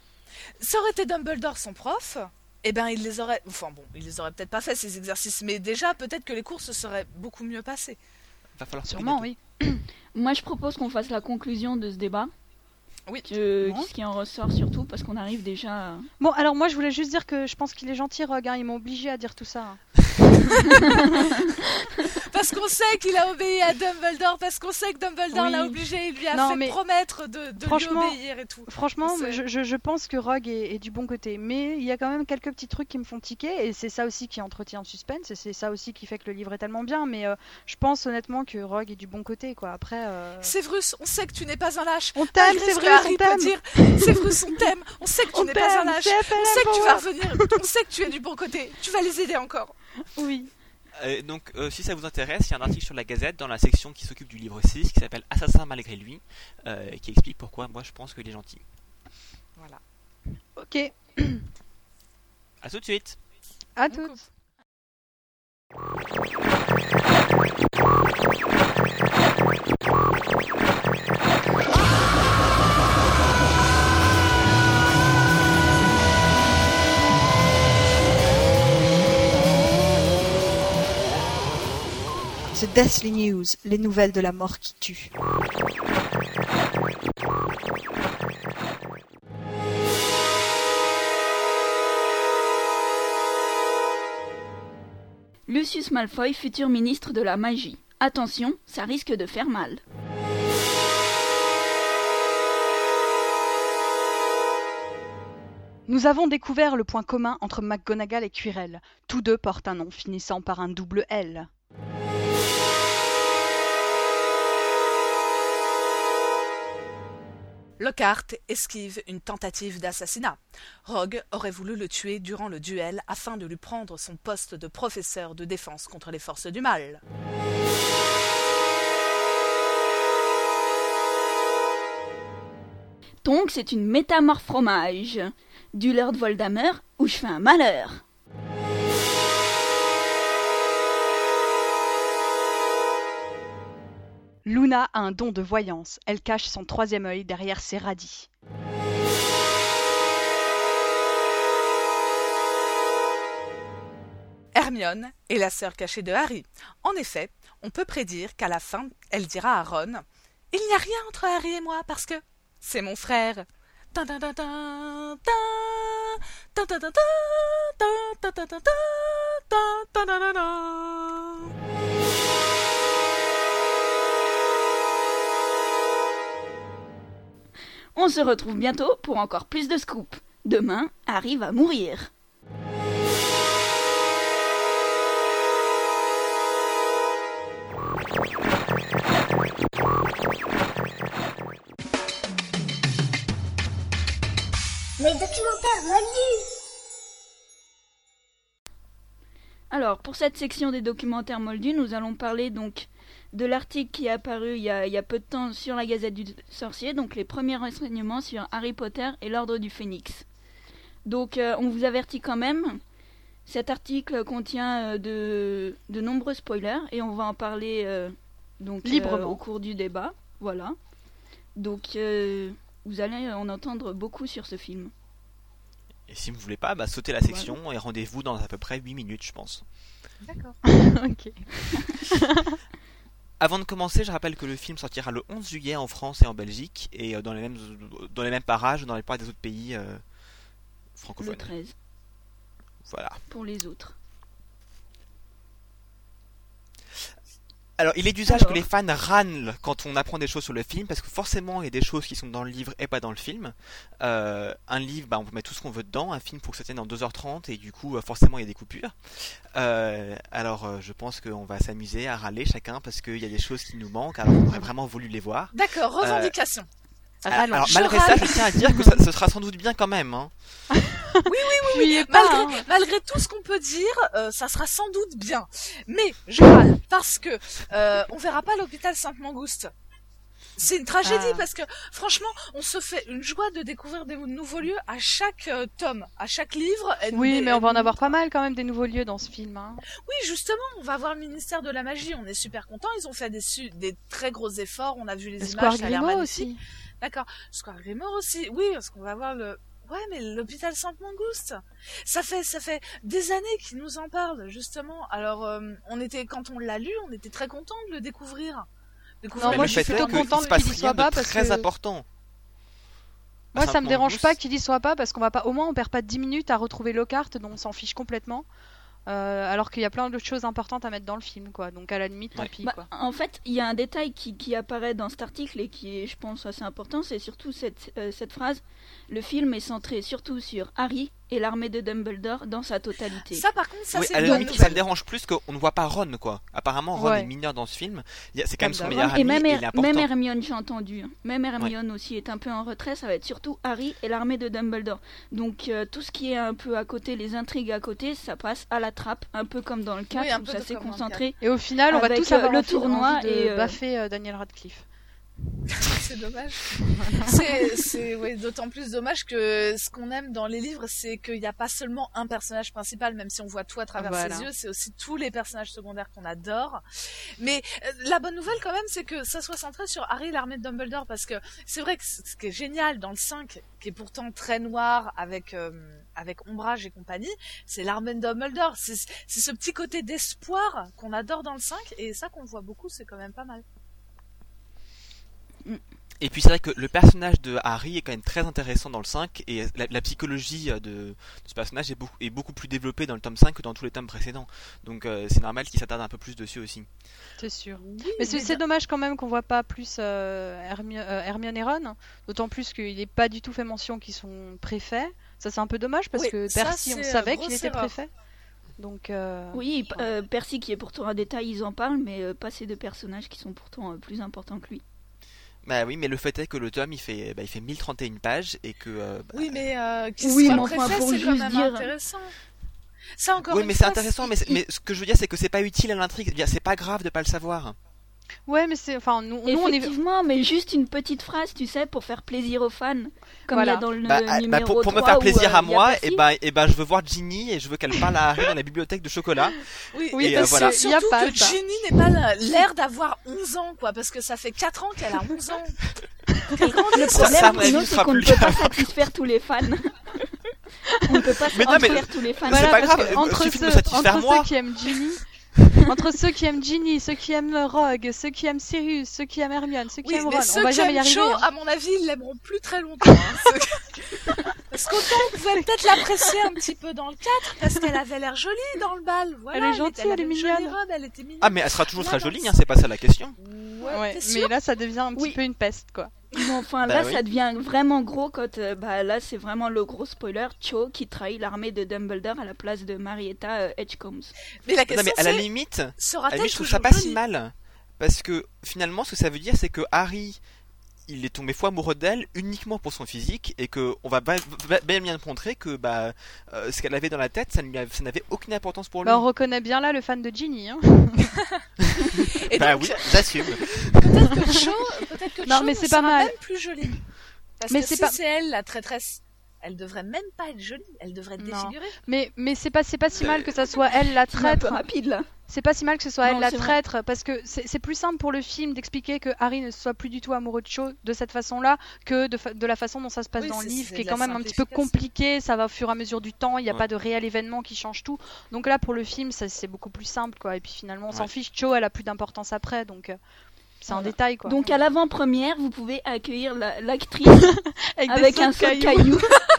Ça aurait été Dumbledore son prof, eh ben il les aurait, enfin bon, il les aurait peut-être pas fait ces exercices, mais déjà peut-être que les cours se seraient beaucoup mieux passés. Va falloir sûrement, bientôt. oui. Moi, je propose qu'on fasse la conclusion de ce débat. Oui. Que, Bon. ce qui en ressort surtout, parce qu'on arrive déjà. à- Bon, alors moi je voulais juste dire que je pense qu'il est gentil, Rogue. Hein, ils m'ont obligé à dire tout ça. hein. Parce qu'on sait qu'il a obéi à Dumbledore, parce qu'on sait que Dumbledore Oui. l'a obligé, il lui a Non, fait mais promettre de, de lui franchement- obéir et tout. Franchement, C'est- je, je, je pense que Rogue est, est du bon côté, mais il y a quand même quelques petits trucs qui me font tiquer, et c'est ça aussi qui entretient le suspense, et c'est ça aussi qui fait que le livre est tellement bien, mais euh, je pense honnêtement que Rogue est du bon côté, quoi. Après, euh... Séverus, on sait que tu n'es pas un lâche. on t'aime, Malgré c'est ce que vrai, Harry on peut t'aime. dire, Séverus, on t'aime. On sait que tu On n'es pas un t'aime, lâche. c'est F L M On sait que tu pour vas moi. revenir. On sait que tu es du bon côté. Tu vas les aider encore. Oui. Euh, donc, euh, si ça vous intéresse, il y a un article sur la Gazette dans la section qui s'occupe du livre six qui s'appelle Assassin malgré lui, euh, qui explique pourquoi moi je pense qu'il est gentil. Voilà. Ok. A tout de suite. À On toutes. coupe. The Deathly News, les nouvelles de la mort qui tue. Lucius Malfoy, futur ministre de la magie. Attention, ça risque de faire mal. Nous avons découvert le point commun entre McGonagall et Quirrell. Tous deux portent un nom finissant par un double L. Lockhart esquive une tentative d'assassinat. Rogue aurait voulu le tuer durant le duel afin de lui prendre son poste de professeur de défense contre les forces du mal. Donc c'est une métamorphe fromage. Du Lord Voldemort où je fais un malheur. Luna a un don de voyance. Elle cache son troisième œil derrière ses radis. Hermione est la sœur cachée de Harry. En effet, on peut prédire qu'à la fin, elle dira à Ron « Il n'y a rien entre Harry et moi parce que c'est mon frère. » Tin, tin, tin, tin, tin, tin, tin, tin, tin, tin, tin, tin, tin, tin, tin, tin, tin, tin. On se retrouve bientôt pour encore plus de scoop. Demain, Harry va mourir. Les documentaires Moldus. Alors, pour cette section des documentaires moldus, nous allons parler donc de l'article qui est apparu il y, a, il y a peu de temps sur la Gazette du Sorcier, donc les premiers renseignements sur Harry Potter et l'Ordre du Phénix. Donc, euh, on vous avertit quand même, cet article contient euh, de, de nombreux spoilers et on va en parler euh, donc, Librement. euh, au cours du débat. Voilà. Donc, euh, vous allez en entendre beaucoup sur ce film. Et si vous voulez pas, bah, sautez la section et rendez-vous dans à peu près huit minutes, je pense. D'accord. Ok. Avant de commencer, je rappelle que le film sortira le onze juillet en France et en Belgique, et euh, dans les mêmes, dans les mêmes parages, dans la plupart des autres pays euh, Le francophones. treize, Voilà. pour les autres. Alors, il est d'usage Alors. que les fans râlent quand on apprend des choses sur le film, parce que forcément, il y a des choses qui sont dans le livre et pas dans le film. Euh, un livre, bah, on peut mettre tout ce qu'on veut dedans. Un film, faut que ça tienne en deux heures trente, et du coup, euh, forcément, il y a des coupures. Euh, alors, euh, je pense qu'on va s'amuser à râler chacun, parce qu'il y a des choses qui nous manquent, alors qu'on aurait vraiment voulu les voir. D'accord, revendication. Rallonge. Alors, Je malgré râle. ça, je tiens à dire que ça, ce sera sans doute bien quand même. Hein. Fuyez pas, Malgré, hein. malgré tout ce qu'on peut dire, euh, ça sera sans doute bien. Mais je râle parce que euh, on verra pas l'hôpital Sainte-Mangouste. C'est une tragédie Ah. parce que franchement, on se fait une joie de découvrir des nouveaux lieux à chaque euh, tome, à chaque livre. Et Oui, des- mais on va en avoir pas mal quand même des nouveaux lieux dans ce film. Hein. Oui, justement, on va voir le ministère de la magie. On est super contents. Ils ont fait des, su- des très gros efforts. On a vu les Le images. Square Ça a l'air Grimaud magnifique. aussi. D'accord. Square Grimaud aussi. Oui, parce qu'on va voir le. Ouais, mais l'hôpital Sainte-Mangouste. Ça fait, ça fait des années qu'ils nous en parlent, justement. Alors, euh, on était, quand on l'a lu, on était très contents de le découvrir. Découvrir Non, Mais moi, le je suis fait plutôt est qu'il contente se passe qu'il y rien soit de pas parce très que- important. Moi, ça me dérange Sainte-Mangouste, pas qu'il y soit pas parce qu'on va pas, au moins, on perd pas dix minutes à retrouver Lockhart, dont on s'en fiche complètement. euh, alors qu'il y a plein d'autres choses importantes à mettre dans le film, quoi. Donc à la limite, tant Ouais. pis, Bah, quoi. en fait, il y a un détail qui, qui apparaît dans cet article et qui est, je pense, assez important, c'est surtout cette, euh, cette phrase. Le film est centré surtout sur Harry et l'armée de Dumbledore dans sa totalité. Ça, par contre, ça, Oui, c'est à une la bonne limite, ça nouvelle. me dérange plus qu'on ne voit pas Ron, quoi. Apparemment, Ron Ouais. est mineur dans ce film. Il y a- C'est quand même son Comme meilleur et ami même, et Her- il est important. même Hermione, j'ai entendu. hein. Même Hermione aussi est un peu en retrait. Ça va être surtout Harry et l'armée de Dumbledore. Donc euh, tout ce qui est un peu à côté, les intrigues à côté, ça passe à la trappe, un peu comme dans le quatre Oui, un où peu ça de- s'est comme dans le concentré. Et au final, on va Avec, tous euh, avoir le envie- tournoi envie de et, euh, baffer euh, Daniel Radcliffe. C'est dommage. c'est c'est ouais, d'autant plus dommage que ce qu'on aime dans les livres, c'est qu'il n'y a pas seulement un personnage principal, même si on voit tout à travers Voilà. ses yeux, c'est aussi tous les personnages secondaires qu'on adore. Mais euh, la bonne nouvelle quand même, c'est que ça soit centré sur Harry et l'armée de Dumbledore, parce que c'est vrai que c- ce qui est génial dans le cinq, qui est pourtant très noir avec euh, avec Ombrage et compagnie, c'est l'armée de Dumbledore. C'est c'est ce petit côté d'espoir qu'on adore dans le cinq, et ça qu'on voit beaucoup, c'est quand même pas mal. Et puis c'est vrai que le personnage de Harry est quand même très intéressant dans le cinq et la, la psychologie de, de ce personnage est beaucoup, est beaucoup plus développée dans le tome cinq que dans tous les tomes précédents. Donc euh, c'est normal qu'il s'attarde un peu plus dessus aussi. C'est sûr. Oui, Mais c'est mais c'est dommage quand même qu'on voit pas plus euh, Hermio- euh, Hermione et Ron, d'autant plus qu'il n'est pas du tout fait mention qu'ils sont préfets. Ça c'est un peu dommage parce Oui, que ça, Percy, on c'est, euh, savait grosse qu'il était erreur. préfet. Donc euh, Oui, euh, Percy qui est pourtant un détail, ils en parlent, mais euh, pas ces deux personnages qui sont pourtant euh, plus importants que lui. Bah oui, mais le fait est que le tome il fait, bah, il fait mille trente et un pages et que. euh, bah, Oui, mais euh, qu'il Oui, soit mais enfin, préfet, pour c'est quand juste même dire- intéressant. Ça encore oui, une mais c'est fois, intéressant, mais, c'est- mais ce que je veux dire c'est que c'est pas utile à l'intrigue. C'est-à-dire, C'est pas grave de pas le savoir. ouais, mais c'est enfin nous, nous on est Effectivement, mais juste une petite phrase, tu sais, pour faire plaisir aux fans, comme il y Voilà. a dans le Bah, ah, bah, numéro pour, pour me trois faire où, plaisir euh, à il y a moi, Percy. et ben, et ben je veux voir Ginny et je veux qu'elle parle à Harry dans la bibliothèque de chocolat. Oui, Oui, et parce voilà. que y a Surtout pas que ça. Ginny n'est pas la- l'air d'avoir onze ans, quoi, parce que ça fait quatre ans qu'elle a onze ans. Le Ça, ça, à problème, mon avis, Bruno, il c'est sera qu'on ne plus peut pas là. satisfaire tous les fans. On ne peut pas Mais non, mais- satisfaire tous les fans. c'est Voilà, pas parce grave, que il entre suffit de ceux, me satisfaire entre moi. ceux qui aiment Ginny, entre ceux qui aiment Ginny, ceux qui aiment Rogue, ceux qui aiment Sirius, ceux qui aiment Hermione, ceux qui Oui, aiment mais Ron, ceux on va qui jamais y aiment arriver. Cho, hein. à mon avis, ils l'aimeront plus très longtemps. hein. Ceux- Parce qu'autant on pouvait peut-être l'apprécier un petit peu dans le quatre, parce qu'elle avait l'air jolie dans le bal. Voilà, Elle est gentille, avait elle est une jolie mignonne. robe, elle était mignonne. Ah, mais elle sera toujours Là, très dans jolie, le hein, c'est pas ça la question. Ouais, Ouais, t'es mais sûr là ça devient un petit Oui. peu une peste, quoi. Bon, enfin, Bah là, oui. ça devient vraiment gros quand, euh, bah, là, c'est vraiment le gros spoiler. Cho qui trahit l'armée de Dumbledore à la place de Marietta euh, Edgecombe. Mais la Non, question mais à la c'est, limite, à la sera-t-elle limite, je trouve ça toujours pas si jolie mal. Parce que finalement, ce que ça veut dire, c'est que Harry, il est tombé fou amoureux d'elle uniquement pour son physique et que on va ba- ba- bien bien montrer que bah, euh, ce qu'elle avait dans la tête, ça ne lui a- ça n'avait aucune importance pour lui. Bah, on reconnaît bien là le fan de Ginny. Hein. Et Bah donc, oui, j'assume. peut-être que Cho, peut-être que Non, Cho mais ne c'est sera pas mal. même plus jolie. Parce Mais que c'est si pas- c'est elle la traîtresse, elle devrait même pas être jolie, elle devrait être Non. défigurée. Mais mais c'est pas c'est pas si mal que ça soit elle la C'est un peu traître. rapide, là. C'est pas si mal que ce soit Non, elle la c'est vrai. traître parce que c'est c'est plus simple pour le film d'expliquer que Harry ne soit plus du tout amoureux de Cho de cette façon-là que de, fa- de la façon dont ça se passe Oui, dans le c'est- livre, c'est qui est de quand la même un petit peu simplification. compliqué. Ça va au fur et à mesure du temps. Il n'y a Ouais. pas de réel événement qui change tout. Donc là, pour le film, ça, c'est beaucoup plus simple, quoi. Et puis finalement, on s'en Ouais. fiche. Cho, elle a plus d'importance après, donc euh, c'est un Voilà. détail, quoi. Donc, à l'avant-première, vous pouvez accueillir la- l'actrice avec, des avec sauts un de seul cailloux. caillou.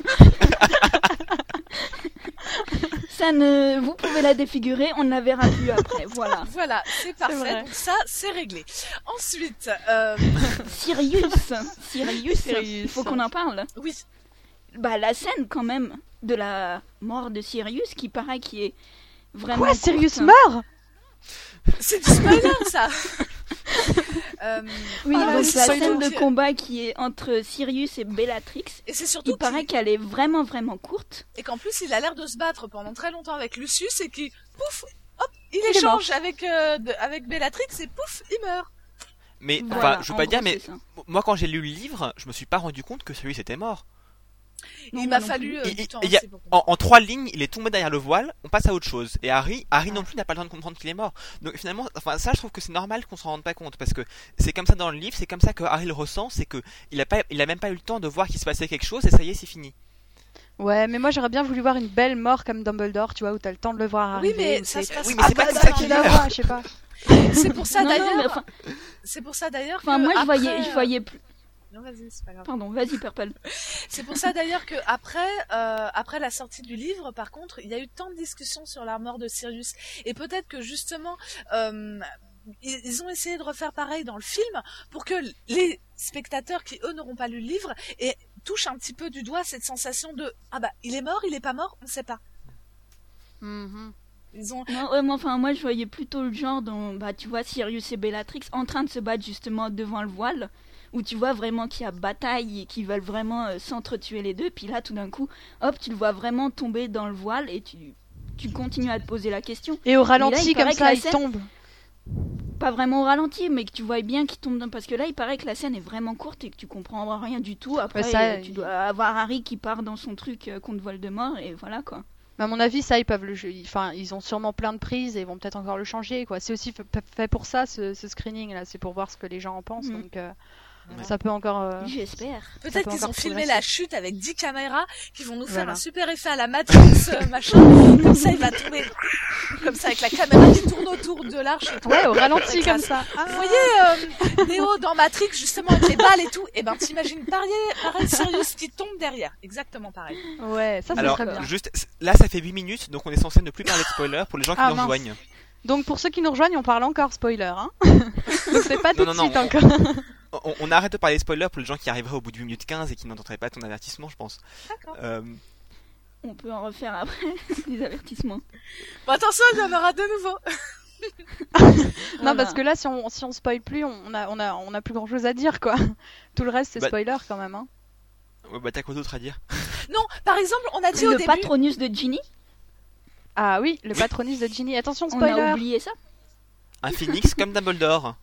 Ça ne, vous pouvez la défigurer, on ne la verra plus après. Voilà. Voilà, c'est parfait. vrai. Donc ça, c'est réglé. Ensuite, euh, Sirius, Sirius, Sirius. il faut qu'on en parle. oui, Bah, la scène quand même de la mort de Sirius, qui paraît qui est vraiment. Quoi, Sirius courte. meurt? c'est du spoiler ça. Euh, Oui, Ah, donc c'est la spoiler. scène de combat qui est entre Sirius et Bellatrix, et c'est surtout il paraît qu'il- qu'elle est vraiment vraiment courte. et qu'en plus il a l'air de se battre pendant très longtemps avec Lucius et qui pouf, hop, il, est échange avec euh, de- avec Bellatrix et pouf, il meurt. Mais Voilà, enfin, je veux en pas gros, dire, mais c'est ça. moi quand j'ai lu le livre, je me suis pas rendu compte que celui était mort. Non, il moi m'a non fallu euh, Et- du et- temps et y a- aussi pour comprendre. En, en trois lignes, il est tombé derrière le voile, on passe à autre chose. Et Harry, Harry non plus n'a pas le temps de comprendre qu'il est mort. Donc finalement, enfin ça, je trouve que c'est normal qu'on s'en rende pas compte parce que c'est comme ça dans le livre, c'est comme ça que Harry le ressent, c'est que il a pas, il a même pas eu le temps de voir qu'il se passait quelque chose et ça y est, c'est fini. Ouais, mais moi j'aurais bien voulu voir une belle mort comme Dumbledore, tu vois, où t'as le temps de le voir Oui, arriver. mais où ça c'est- se passe Oui, mais c'est pas pas comme ça ça. qui Tu la meurt. vois, je sais pas. C'est pour ça Non, non, d'ailleurs. mais enfin, C'est pour ça d'ailleurs. enfin, que moi je après, voyais, je euh, voyais plus. Non, vas-y, c'est pas grave. Pardon, vas-y Purple. C'est pour ça d'ailleurs que après, euh, après la sortie du livre, par contre, il y a eu tant de discussions sur la mort de Sirius. Et peut-être que justement, euh, ils, ils ont essayé de refaire pareil dans le film pour que les spectateurs qui eux n'auront pas lu le livre et touchent un petit peu du doigt cette sensation de ah bah il est mort, il est pas mort, on sait pas. Mm-hmm. Ils ont... Non, ouais, moi, enfin, moi je voyais plutôt le genre dans, bah tu vois, Sirius et Bellatrix en train de se battre justement devant le voile, où tu vois vraiment qu'il y a bataille et qu'ils veulent vraiment euh, s'entretuer les deux, puis là tout d'un coup, hop, tu le vois vraiment tomber dans le voile et tu, tu continues à te poser la question. Et au ralenti là, il comme ça, la il scène... tombe. Pas vraiment au ralenti, mais que tu vois bien qu'il tombe dans... Parce que là, il paraît que la scène est vraiment courte et que tu comprends rien du tout. Après, ouais, ça, euh, tu dois avoir Harry qui part dans son truc euh, contre Voldemort, et voilà quoi. Mais à mon avis, ça, ils peuvent le jeu. Enfin, ils ont sûrement plein de prises et ils vont peut-être encore le changer, quoi. C'est aussi fait, fait pour ça, ce, ce screening là. C'est pour voir ce que les gens en pensent, Mm. donc euh, Ouais. ça peut encore. Euh... J'espère. Peut-être peut qu'ils ont encore filmé progresser. la chute avec dix caméras qui vont nous faire Voilà. un super effet à la Matrix, euh, machin. Comme ça, il va tomber. Comme ça, avec la caméra qui tourne autour de l'arche. Et tout. Ouais, au ralenti Très comme classe. ça. Ah. Vous voyez euh, Neo dans Matrix, justement, avec les balles et tout. Et ben, t'imagines pareil, pareil Sirius qui tombe derrière. Exactement pareil. Ouais, ça, ça Alors, serait bien. juste, là, ça fait huit minutes, donc on est censé ne plus parler de spoilers pour les gens qui Ah, nous mince. rejoignent. Donc pour ceux qui nous rejoignent, on parle encore spoiler, hein. Donc c'est pas tout Non, de non, suite non, encore. On, on arrête de parler de spoilers pour les gens qui arriveraient au bout de huit minutes quinze et qui n'entendraient pas ton avertissement, je pense. D'accord. Euh, On peut en refaire après, des avertissements. Bon, attention, il y en aura de nouveau. Non, Voilà. parce que là, si on, si on spoil plus, on a, on a, on a plus grand chose à dire, quoi. Tout le reste, c'est Bah- spoiler quand même, hein. ouais, bah, t'as quoi d'autre à dire? Non, par exemple, on a dit au Le début. Patronus de Ginny, Ah oui, le patronus de Ginny. Attention, on spoiler. a oublié ça. Un phoenix comme Dumbledore.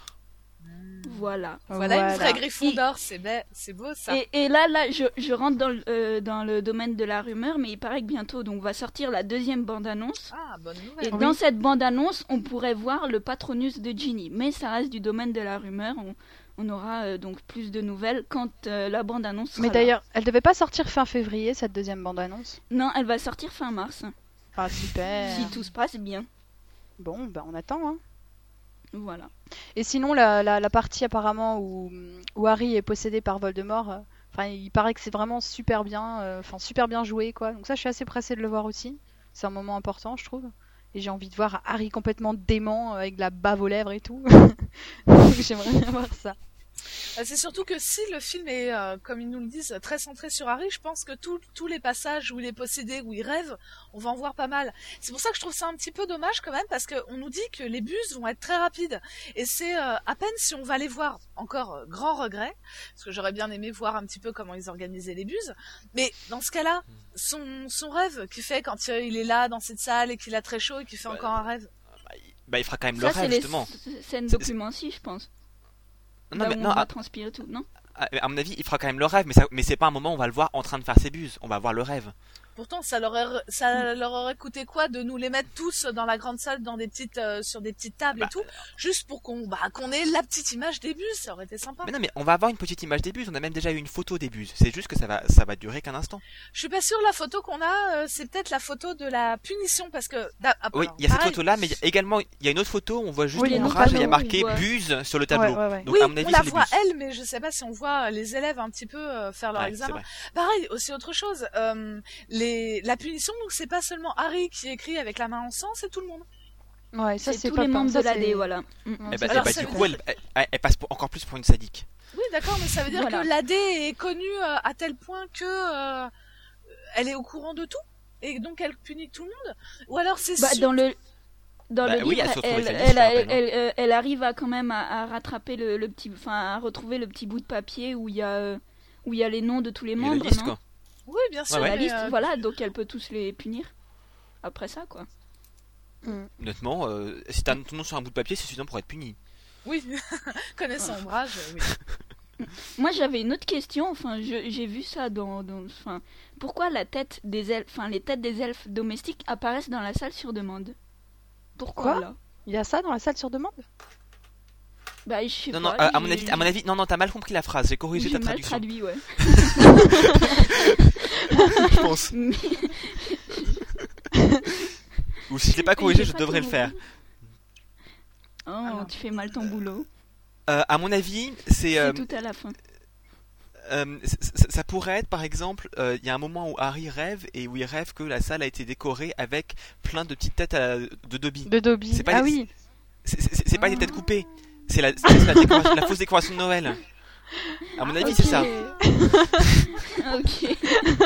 Voilà. Voilà, une vraie Gryffondor, c'est be- c'est beau ça. Et, et là, là, je, je rentre dans le, euh, dans le domaine de la rumeur, mais il paraît que bientôt, donc, va sortir la deuxième bande-annonce. Ah, bonne nouvelle. Et dans cette bande-annonce, on pourrait voir le Patronus de Ginny. Mais ça reste du domaine de la rumeur. On, on aura euh, donc plus de nouvelles quand euh, la bande-annonce sera Mais là. d'ailleurs, elle devait pas sortir fin février, cette deuxième bande-annonce. Non, elle va sortir fin mars. Ah, super. Si tout se passe bien. Bon, bah on attend, hein. Voilà. Et sinon, la, la, la partie apparemment où, où Harry est possédé par Voldemort, euh, enfin, il paraît que c'est vraiment super bien, euh, enfin super bien joué, quoi. Donc ça, je suis assez pressée de le voir aussi. C'est un moment important, je trouve. Et j'ai envie de voir Harry complètement dément, euh, avec de la bave aux lèvres et tout. Donc j'aimerais bien voir ça. Euh, C'est surtout que si le film est, euh, comme ils nous le disent, très centré sur Harry, je pense que tout- tous les passages où il est possédé, où il rêve, on va en voir pas mal. C'est pour ça que je trouve ça un petit peu dommage quand même, parce qu'on nous dit que les buses vont être très rapides. Et c'est euh, à peine si on va les voir, encore euh, grand regret, parce que j'aurais bien aimé voir un petit peu comment ils organisaient les buses. Mais dans ce cas-là, son, son rêve qu'il fait quand euh, il est là dans cette salle et qu'il a très chaud et qu'il fait Bah, encore un rêve. Bah, il- bah, il fera quand même Ça, le c'est rêve, les justement. s- scènes C'est- documentaires, je pense. Non, Là mais où non, on va à, transpirer tout, non à- à mon avis, il fera quand même le rêve, mais, ça, mais c'est pas un moment où on va le voir en train de faire ses buses. On va voir le rêve. Pourtant, ça leur, aurait, ça leur aurait coûté quoi de nous les mettre tous dans la grande salle, dans des petites, euh, sur des petites tables Bah, et tout, juste pour qu'on, bah, qu'on ait la petite image des bus, ça aurait été sympa. Mais non, mais on va avoir une petite image des buses. On a même déjà eu une photo des buses. C'est juste que ça va, ça va durer qu'un instant. Je suis pas sûre la photo qu'on a, euh, c'est peut-être la photo de la punition parce que. da- ah, Oui, alors, il y a cette pareil, photo-là, mais il y a également il y a une autre photo où on voit juste Oui, il y a une une rage et il y a panneau, marqué on voit- buse sur le tableau. Ouais, ouais, ouais. Donc oui, à mon avis, on la c'est les voit bus. elle, mais je sais pas si on voit les élèves un petit peu euh, faire leur Ouais, c'est examen. vrai. Pareil, aussi autre chose. Euh, les, la punition, donc c'est pas seulement Harry qui écrit avec la main en sang, c'est tout le monde. Ouais, ça C'est c'est tous pas les pas- membres ça, de l'A c'est- D, voilà. Mm. Ouais, Et ça, bah, Alors, et bah, ça du veut coup, dire elle, elle- elle passe pour- encore plus pour une sadique. Oui, d'accord, mais ça veut dire Voilà. que l'A D est connue euh, à tel point que euh, elle est au courant de tout et donc elle punit tout le monde. Ou alors c'est Bah, sûr- dans le dans Bah le oui, livre, elle se retrouve elle, avec la elle, liste, je elle, rappelle, hein. elle, euh, elle arrive à quand même à, à rattraper le, le petit, enfin à retrouver le petit bout de papier où il y a euh, où il y a les noms de tous les Il y a membres, la liste, non quoi. Oui, bien sûr. Ouais, ouais. La mais, liste, euh, voilà, donc elle peut tous les punir après ça, quoi. Honnêtement, euh, si t'as ton nom sur un bout de papier, c'est suffisant pour être puni. Oui, connaissant Ombrage, euh, oui. Moi, j'avais une autre question. Enfin, je- j'ai vu ça dans, dans, enfin, pourquoi la tête des elfes, enfin, les têtes des elfes domestiques apparaissent dans la salle sur demande. Pourquoi Quoi là Il y a ça dans la salle sur demande? Bah, je sais Non, pas. non, euh, à mon j'ai- avis, à mon avis, non, non, t'as mal compris la phrase. J'ai corrigé j'ai ta mal traduction. traduit, ouais. Je pense. Mais- Ou si je l'ai pas corrigé, j'ai je pas devrais le tout faire. compris. Oh, tu fais mal ton boulot. Euh, à mon avis, c'est C'est euh, tout à la fin. Euh, c- c- ça pourrait être, par exemple, euh, il y a un moment où Harry rêve et où il rêve que la salle a été décorée avec plein de petites têtes à- de Dobby. De Dobby. C'est pas Ah des- oui. C'est, c'est- c'est pas des têtes coupées, c'est la, c'est la, décoration- la fausse décoration de Noël. À mon avis, Ok. c'est ça. Ok.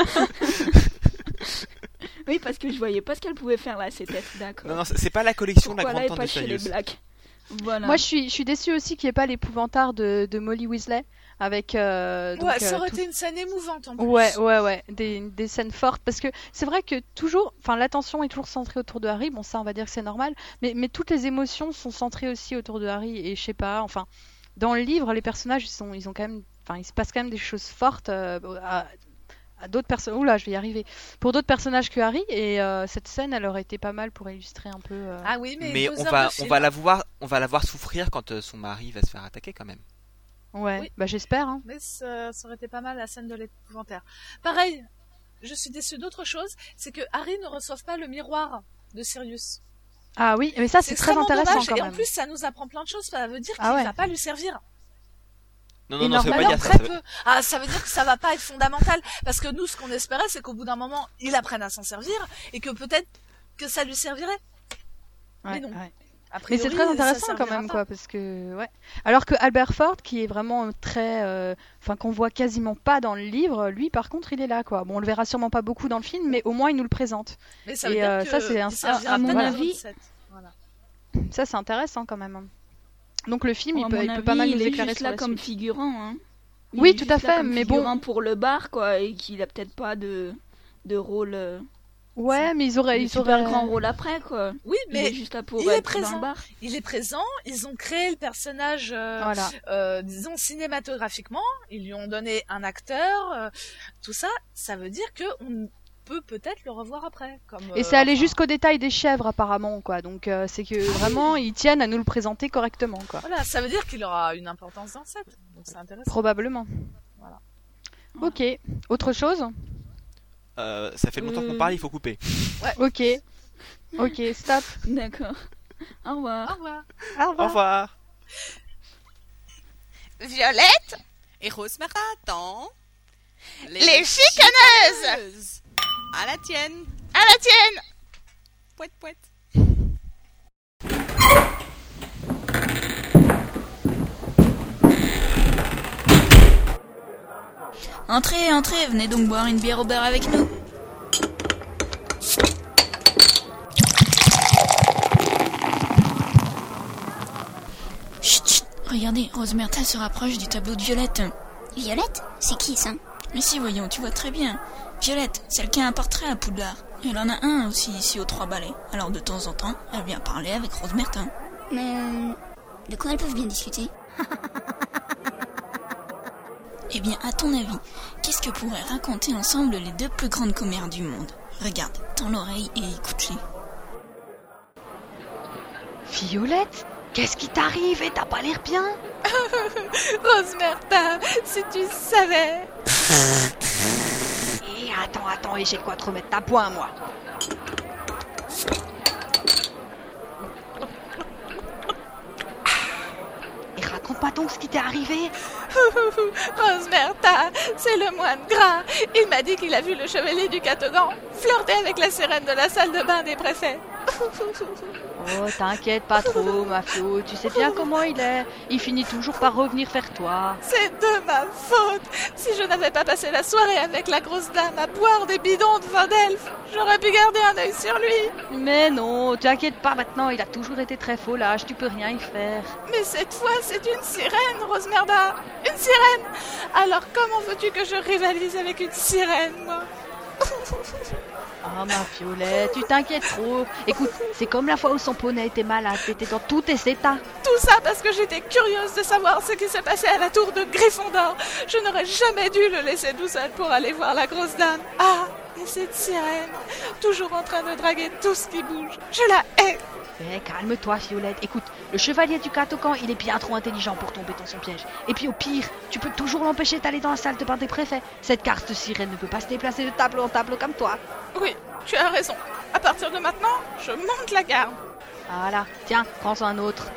Oui, parce que je voyais pas ce qu'elle pouvait faire là, ces têtes, d'accord. Non, non, c'est c'est pas la collection de la Pourquoi là grande et tante pas de chez les Sirius. Blacks. Voilà. Moi, je suis, je suis déçue aussi qu'il n'y ait pas l'épouvantard de, de Molly Weasley avec. Euh, donc, Ouais, ça euh, aurait tout- été une scène émouvante en plus. Ouais, ouais, ouais, des, des scènes fortes parce que c'est vrai que toujours, enfin, l'attention est toujours centrée autour de Harry. Bon, ça, on va dire que c'est normal, mais, mais toutes les émotions sont centrées aussi autour de Harry. Et je sais pas, enfin, dans le livre, les personnages, ils sont, ils ont quand même, enfin, il se passe quand même des choses fortes euh, à, à d'autres personnes. Oula, je vais y arriver. Pour d'autres personnages que Harry, et euh, cette scène, elle aurait été pas mal pour illustrer un peu. euh, Ah oui, mais, Mais deux on heures va, de on film. va la voir, on va la voir souffrir quand euh, son mari va se faire attaquer quand même. Ouais, Oui. bah j'espère. Hein. Mais ça, ça aurait été pas mal la scène de l'épouvantaire. Pareil, je suis déçue d'autre chose, c'est que Harry ne reçoive pas le miroir de Sirius. Ah oui, mais ça c'est très extrêmement intéressant dommage, quand et même. en plus ça nous apprend plein de choses, ça veut dire qu'il Ah ouais. va pas lui servir. Non, Et non, non, ça veut Bah pas non, dire ça. très ça veut- peu. Ah, ça veut dire que ça va pas être fondamental, parce que nous, ce qu'on espérait, c'est qu'au bout d'un moment, il apprenne à s'en servir, et que peut-être que ça lui servirait. Ouais, mais non. ouais. A Mais c'est priori, très ça intéressant quand servira même, pas. quoi, parce que ouais. Alors que Albert Ford, qui est vraiment très, euh, enfin qu'on voit quasiment pas dans le livre, lui par contre il est là, quoi. Bon, on le verra sûrement pas beaucoup dans le film, mais au moins il nous le présente. Mais ça veut Et, dire euh, que ça, c'est un- il servira à mon peut-être dans avis- notre set. Voilà. Ça c'est intéressant quand même. Donc le film, Bon, il à peut, mon il peut avis, pas mal il nous est éclairer juste sur là la comme suite. figurant. Hein. Il Oui, est tout juste à là fait, comme mais bon. figurant pour le bar, quoi, et qu'il a peut-être pas de de rôle, euh, Ouais, mais ils auraient, de ils super auraient. grand rôle après, quoi. Oui, Il est mais juste là pour il est être dans présent. le bar. il est présent, ils ont créé le personnage, euh, Voilà. euh, disons, cinématographiquement, ils lui ont donné un acteur, euh, tout ça, ça veut dire que on peut peut-être le revoir après. Comme, Et euh, c'est allé enfin, jusqu'au détail des chèvres apparemment, quoi. Donc euh, c'est que vraiment ils tiennent à nous le présenter correctement, quoi. Voilà, ça veut dire qu'il aura une importance dans le set, donc c'est intéressant. Probablement. Voilà. Ok. Autre chose? Euh, ça fait longtemps qu'on Euh. parle, il faut couper. Ok. Ok, stop. D'accord. Au Au revoir. revoir. Au Au revoir. revoir. Violette Et Rosemary attend. Les chicaneuses À la tienne. À la tienne Pouette, pouette. Entrez, entrez, venez donc boire une bière au beurre avec nous. Chut, chut, regardez, Rosemerta se rapproche du tableau de Violette. Violette? C'est qui ça? Mais si, voyons, tu vois très bien. Violette, celle qui a un portrait à Poudlard. Elle en a un aussi ici aux Trois Balais. Alors de temps en temps, elle vient parler avec Rosemertin. Mais euh, de quoi elles peuvent bien discuter? Eh bien, à ton avis, qu'est-ce que pourraient raconter ensemble les deux plus grandes commères du monde? Regarde, tends l'oreille et écoute-les. Violette, qu'est-ce qui t'arrive et t'as pas l'air bien? Rosemerta, si tu savais. Et attends, attends, et j'ai de quoi te remettre ta poing, moi. Et raconte-moi donc ce qui t'est arrivé. Rosemerta, c'est le moine gras. Il m'a dit qu'il a vu le chevalier du Catogan flirter avec la sirène de la salle de bain des préfets. Oh, t'inquiète pas trop, ma Flo, tu sais bien comment il est. Il finit toujours par revenir vers toi. C'est de ma faute. Si je n'avais pas passé la soirée avec la grosse dame à boire des bidons de vin d'elfe, j'aurais pu garder un œil sur lui. Mais non, t'inquiète pas maintenant, il a toujours été très faux lâche, tu peux rien y faire. Mais cette fois, c'est une sirène, Rosemerta. Une sirène. Alors comment veux-tu que je rivalise avec une sirène, moi? Ah, ma Violette, tu t'inquiètes trop. Écoute, c'est comme la fois où son poney était malade, t'étais dans tous tes états. Tout ça parce que j'étais curieuse de savoir ce qui se passait à la tour de Gryffondor. Je n'aurais jamais dû le laisser tout seul pour aller voir la grosse dame. Ah, et cette sirène, toujours en train de draguer tout ce qui bouge. Je la hais. Eh, calme-toi, Violette. Écoute, le chevalier du Catogan, il est bien trop intelligent pour tomber dans son piège. Et puis au pire, tu peux toujours l'empêcher d'aller dans la salle de bain des préfets. Cette carte sirène ne peut pas se déplacer de tableau en tableau comme toi. Oui, tu as raison. À partir de maintenant, je monte la garde. Voilà, tiens, prends-en un autre.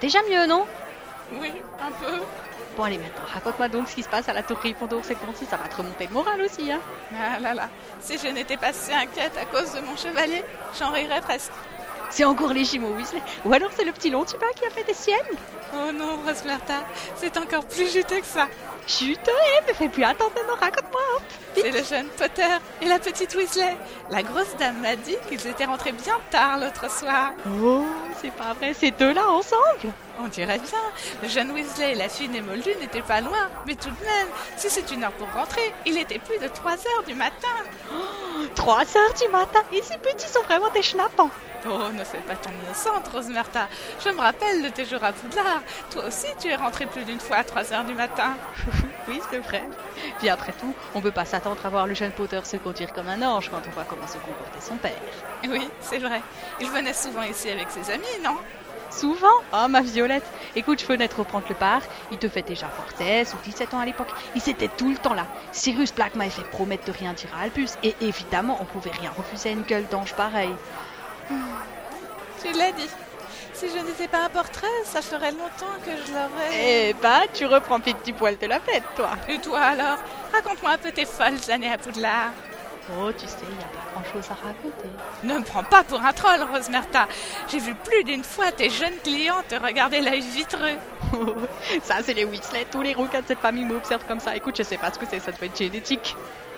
déjà mieux, non? Oui, un peu. Bon, allez, maintenant, raconte-moi donc ce qui se passe à la tour Gryffondor ces temps-ci, ça va te remonter le moral aussi, hein. Ah là là, si je n'étais pas si inquiète à cause de mon chevalier, j'en rirais presque. C'est encore les jumeaux Weasley. Ou alors c'est le petit long, tu vois, qui a fait des siennes. Oh non, Rosmerta, c'est encore plus juteux que ça. Chut, eh, mais fais plus attendre, non, raconte-moi. Hop. C'est le jeune Potter et la petite Weasley. La grosse dame m'a dit qu'ils étaient rentrés bien tard l'autre soir. Oh, c'est pas vrai, ces deux-là ensemble? On dirait bien. Le jeune Weasley et la fille Némoldu n'étaient pas loin. Mais tout de même, si c'est une heure pour rentrer, il était plus de trois heures du matin. Oh, trois heures du matin? Et ces petits sont vraiment des schnappants. Oh, ne fais pas ton innocente, Rosmerta. Je me rappelle de tes jours à Poudlard. Toi aussi, tu es rentrée plus d'une fois à trois heures du matin. Oui, c'est vrai. Puis après tout, on peut pas s'attendre à voir le jeune Potter se conduire comme un ange quand on voit comment se comportait son père. Oui, c'est vrai. Il venait souvent ici avec ses amis, non? Souvent? Oh, ma Violette. Écoute, je venais te reprendre le bar. Il te fait déjà fort seize ou dix-sept ans à l'époque. Il était tout le temps là. Sirius Black m'avait fait promettre de rien dire à Albus. Et évidemment, on pouvait rien refuser à une gueule d'ange pareille. Tu l'as dit. Si je n'étais pas un portrait, ça ferait longtemps que je l'aurais... Eh bah, tu reprends tes petits poils de la fête, toi. Et toi alors? Raconte-moi un peu tes folles années à Poudlard. Oh, tu sais, il n'y a pas grand-chose à raconter. Ne me prends pas pour un troll, Rosmerta. J'ai vu plus d'une fois tes jeunes clients te regarder l'œil vitreux. Oh, ça, c'est les Weasley. Tous les rouquins de cette famille m'observent comme ça. Écoute, je sais pas ce que c'est, ça doit être génétique.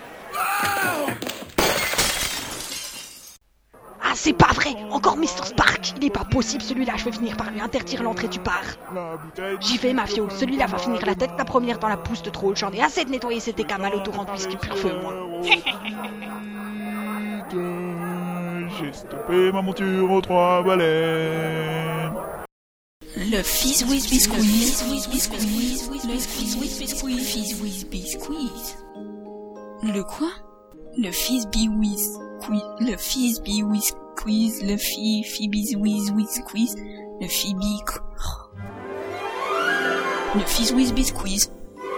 Ah, c'est pas vrai! Encore mister Spark! Il est pas possible, celui-là, je vais finir par lui interdire l'entrée du bar. J'y vais, Mafio, celui-là va finir la tête la première dans la pousse de troll. J'en ai assez de nettoyer cet écam à l'autorant de whisky pur feu, moi. J'ai stoppé ma monture aux trois balais. Le fizz whiz biscuit. Le fizz whiz biscuit. Fizz whiz biscuit. Le quoi? Le fizz whiz. Quiz, le Fizz whiz quiz, le fi Phoebe's whiz whiz quiz, le Phoebe, le Fizz whiz biz quiz.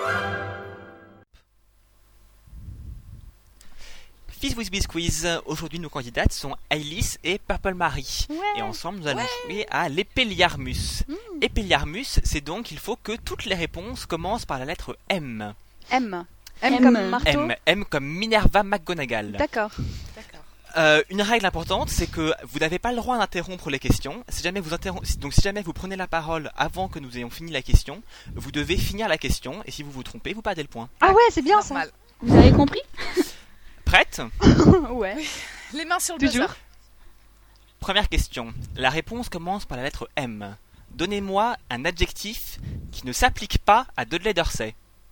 Fizz whiz biz quiz. Aujourd'hui, nos candidates sont Alice et Purple Marie. Ouais. Et ensemble, nous allons ouais. jouer à l'Épéliarmus. Mm. Épéliarmus, c'est donc il faut que toutes les réponses commencent par la lettre M. M. M, M comme marteau. M, M comme Minerva McGonagall. D'accord. Euh, une règle importante, c'est que vous n'avez pas le droit d'interrompre les questions. Si jamais vous interrom... Donc si jamais vous prenez la parole avant que nous ayons fini la question, vous devez finir la question, et si vous vous trompez, vous perdez le point. Ah ouais, c'est bien ça. Vous avez compris? Prête? Ouais. Les mains sur le buzzer. Première question. La réponse commence par la lettre M. Donnez-moi un adjectif qui ne s'applique pas à Dudley Dursley.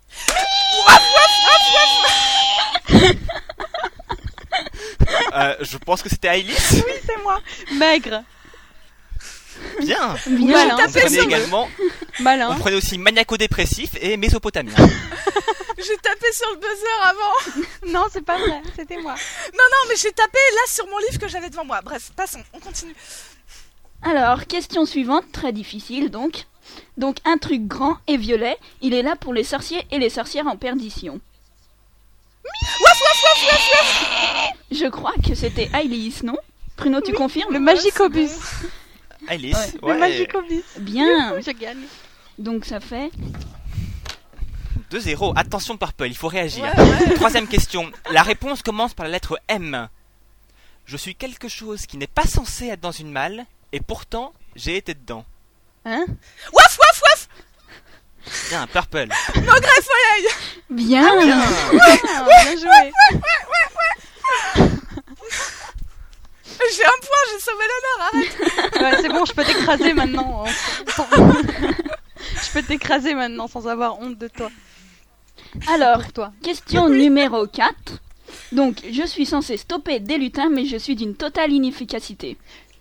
euh, je pense que c'était Alice. Oui, c'est moi. Maigre. Bien. Bien. Malin. On prenait également. Malin. On prenait aussi maniaco-dépressif et mésopotamien. J'ai tapé sur le buzzer avant. Non, c'est pas vrai. C'était moi. Non, non, mais j'ai tapé là sur mon livre que j'avais devant moi. Bref, passons. On continue. Alors, question suivante, très difficile donc. Donc, un truc grand et violet, il est là pour les sorciers et les sorcières en perdition. Waf, waf, waf, waf, waf. Je crois que c'était Alice, non? Pruno, tu oui, confirmes? Le Magicobus. Alice, ouais. ouais. Le Magicobus. Bien. Je gagne. Donc, ça fait... deux zéro. Attention, Purple, il faut réagir. Ouais, ouais. Troisième question. La réponse commence par la lettre M. Je suis quelque chose qui n'est pas censé être dans une malle, et pourtant, j'ai été dedans. Hein? Waf, waf, waf. Bien, Purple. Maugret Folleil. Bien. Ah, bien. Ouais, ouais, bien joué. Ouais, ouais, ouais, ouais. J'ai un point, j'ai sauvé l'honneur, arrête. Ouais, c'est bon, je peux t'écraser maintenant. Je peux t'écraser maintenant sans avoir honte de toi. Alors, toi. question numéro quatre. Donc, je suis censé stopper des lutins, mais je suis d'une totale inefficacité.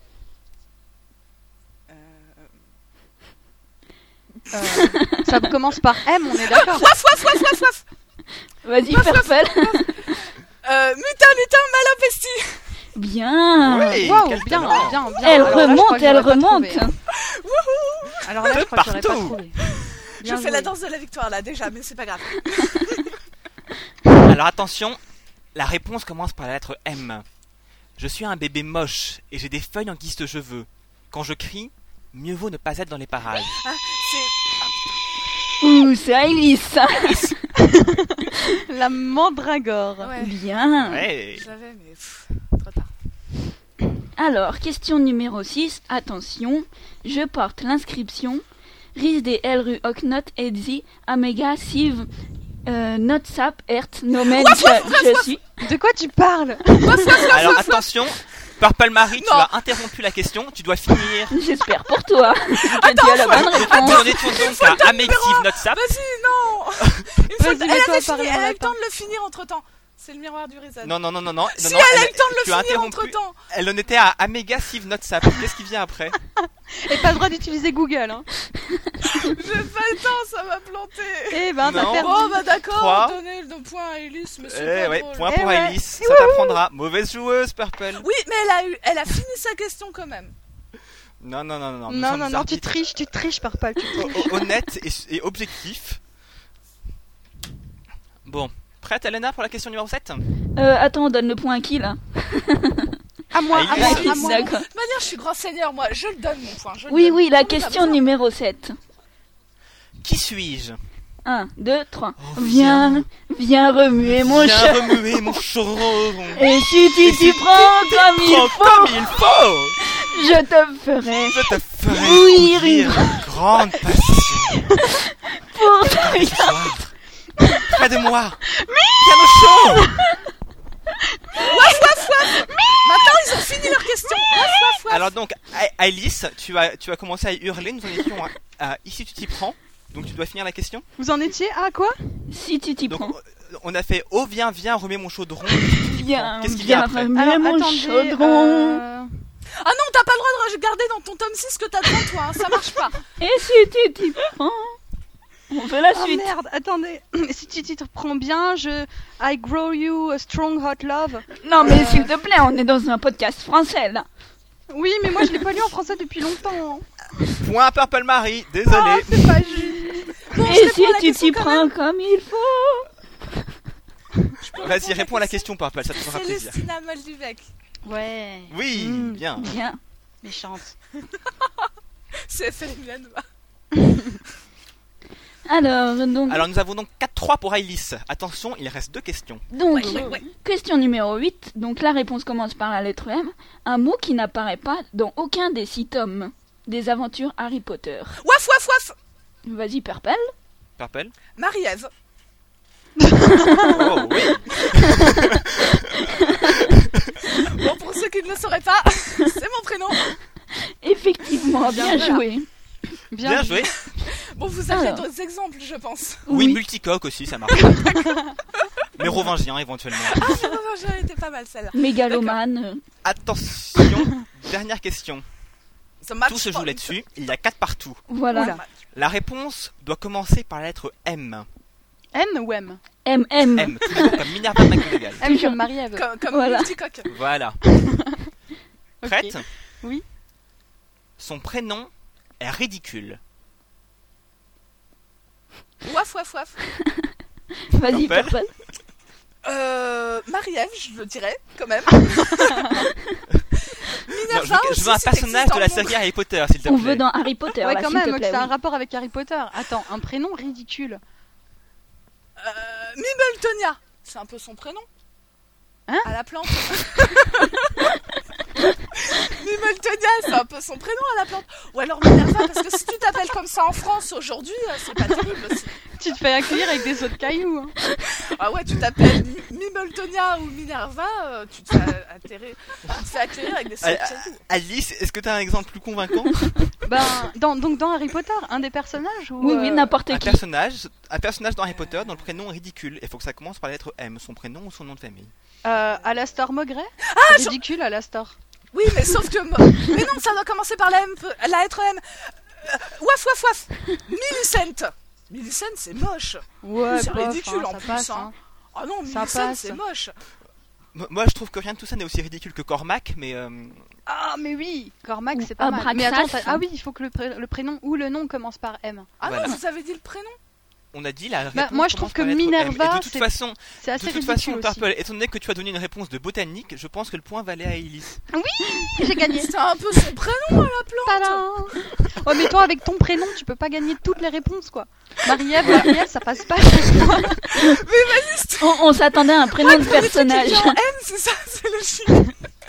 Euh, ça commence par M, on est d'accord. Waf, waf, waf, waf, waf. Vas-y, Purple. Euh, mutin, mutin, malapestie. Bien. Oui, wow, bien, bien, bien, bien. Elle Alors remonte, là, elle remonte. Trouvé, hein. Alors là, je crois que j'aurais pas trouvé. Bien je joué. Fais la danse de la victoire là déjà, mais c'est pas grave. Alors attention, la réponse commence par la lettre M. Je suis un bébé moche et j'ai des feuilles en guise de cheveux. Quand je crie, mieux vaut ne pas être dans les parages. Ah, c'est... Ouh, c'est Ailis, ça. La mandragore. Ouais. Bien. Ouais. Je l'avais, mais pff, trop tard. Alors, question numéro six. Attention, je porte l'inscription Ris des Elru Oknot Edzi Amega Siv euh, Notsap Ert Nomen je, je suis. De quoi tu parles? Alors attention, Purple Marie, tu as interrompu la question, tu dois finir. J'espère pour toi. Attends, tu as la bonne réponse. On est donc à Amexive Notsap. Vas-y, non. Une fois, Vas-y, elle, mets-toi avait à fini, parler elle en a eu le temps latin. de le finir entre temps. C'est le miroir du Rizan. Non, non, non, non, non. Si, non, elle a eu le temps de tu le as finir interrompu. entre temps. Elle en était à Amega Siv Notsap. Qu'est-ce qui vient après? Et pas le droit d'utiliser Google. Hein. J'ai pas le temps, ça m'a planté. Eh ben, t'as Non. perdu. Oh bah d'accord, Trois. donnez le point à Ellis, mais c'est Eh pas ouais, drôle. point Eh pour ouais. Alice. Ça t'apprendra. Mauvaise joueuse, Purple. Oui, mais elle a eu, elle a fini sa question quand même. Non, non, non, non. nous Non, sommes non, non, tu arbitres triches, tu triches, Purple, tu triches. ho- ho- honnête et, et objectif. Bon, prête, Elena, pour la question numéro sept? Euh, attends, on donne le point à qui, là? À moi, Ah, à moi, Alice, à moi. D'accord. De toute manière, je suis grand seigneur, moi, je le donne mon point. Je le Oui, donne. oui, la Non, mais t'as question besoin. numéro sept. Qui suis-je? un, deux, trois. Oh, Viens, viens remuer mon Viens chat. remuer mon chaudron. Et si tu Et t'y si prends comme il Prends faut, comme il faut. je te ferai Je te ferai bouillir bouillir une une grande passion. pour te Ce soir, près de moi. Piano chaud. Maintenant, ils ont fini leur question. Waf, waf, waf. Alors donc, A- Alice, tu as, tu as commencé à hurler. Nous en étions à, à ici tu t'y prends. Donc tu dois finir la question. Vous en étiez à quoi? Si tu t'y Donc prends. euh, on a fait oh viens viens remets mon chaudron. Viens, Qu'est-ce qu'il y a viens après? remuer Alors, mon attendez, chaudron. euh, Ah non, t'as pas le droit de regarder dans ton tome six que t'as devant toi, hein, ça marche pas. Et si tu t'y prends, on fait la Oh suite. merde, attendez. Si tu t'y prends bien, je... I grow you a strong hot love. Non mais Euh. s'il te plaît, on est dans un podcast français là. Oui, mais moi je l'ai pas lu en français depuis longtemps. Point Purple Marie. Oh, Désolé. c'est pas juste. Bon, je Et réponds si à la tu question t'y quand prends même. comme il faut. Je peux Vas-y répondre réponds à la question Purple, ça te fera plaisir. Célestina Molduvec. Ouais. Oui, Mm. bien. Bien. Méchante. C'est Félimène. Alors, donc, Alors nous avons donc quatre trois pour Alice. Attention, il reste deux questions. donc Ouais, ouais, ouais. question numéro huit. Donc la réponse commence par la lettre M. Un mot qui n'apparaît pas dans aucun des six tomes des aventures Harry Potter. Waf, waf, waf. Vas-y, Purple. Purple. Marie-Ève. Oh oui. Bon, pour ceux qui ne le sauraient pas, c'est mon prénom. Effectivement, bien Bien joué. Bien joué. Bon, vous avez Alors. d'autres exemples, je pense. Oui, Oui. multicoque aussi, ça marche. Mérovingien éventuellement. Ah, mais bon, j'ai été pas mal celle-là. Mégalomane. Attention, dernière question. Ça match Tout se pas. joue là-dessus. Il y a quatre partout. Voilà. Oula. La réponse doit commencer par la lettre M. M ou M? M M. M, toujours comme Minerva McGonagall. M comme Marie-Ève. Comme, comme Voilà. multicoque. Voilà. Ok. Prête? Oui. Son prénom est ridicule. Waf, waf, waf. Vas-y, Purple. Purple. Euh, Marie-Ève, je le dirais, quand même. Non, je, Minerva veux, je aussi, veux un c'est personnage de la existant. série Harry Potter, s'il te On plaît. veut dans Harry Potter, Ouais, là, quand s'il te même, plaît. c'est un oui. rapport avec Harry Potter. Attends, un prénom ridicule. Euh, Mimbletonia. C'est un peu son prénom. Hein? À la plante. Mimbletonia, c'est un peu son prénom à la plante. Ou alors Minerva, parce que si tu t'appelles comme ça en France aujourd'hui, euh, c'est pas terrible aussi. Tu te fais accueillir avec des autres cailloux. Hein. Ah ouais, tu t'appelles Mi- Mimbletonia ou Minerva, euh, tu te fais atterrir, tu te fais accueillir avec des Euh, sauts de Alice, est-ce que tu as un exemple plus convaincant? Ben, dans, donc dans Harry Potter, un des personnages ou Oui, oui, euh, n'importe Un qui. personnage, un personnage dans Harry Potter dont le prénom est ridicule. Il faut que ça commence par la lettre M, son prénom ou son nom de famille. euh, Alastor Maugret. Ah, je- Ridicule, Alastor. Oui, mais sauf que... mo- Mais non, ça doit commencer par la, M, la lettre M. Euh, waf, waf, waf. Millicent. Millicent, c'est moche. Ouais, C'est bof, ridicule, hein, en ça plus, passe, hein. hein. Ah non, Ça Millicent, passe. c'est moche. M- Moi, je trouve que rien de tout ça n'est aussi ridicule que Cormac, mais euh, Ah, mais oui, Cormac, Ou c'est pas mal. Abraxas. Mais attends, ça- ah oui, il faut que le, pré- le prénom ou le nom commence par M. Ah Voilà. non, vous avez dit le prénom. on a dit la réponse. Bah, moi, je trouve que commence par lettre M. Minerva, Et de toute c'est- façon, c'est assez de toute ridicule façon, aussi. Purple, étant donné que tu as donné une réponse de botanique, je pense que le point valait à Elise. Oui, j'ai gagné. C'est un peu son prénom à la plante. Tadam. Ouais, mais toi, avec ton prénom, tu peux pas gagner toutes les réponses, quoi. Marie-Ève, Marie-Ève, ça passe pas à chaque fois. On, on s'attendait à un prénom de personnage. En M, c'est ça, c'est logique.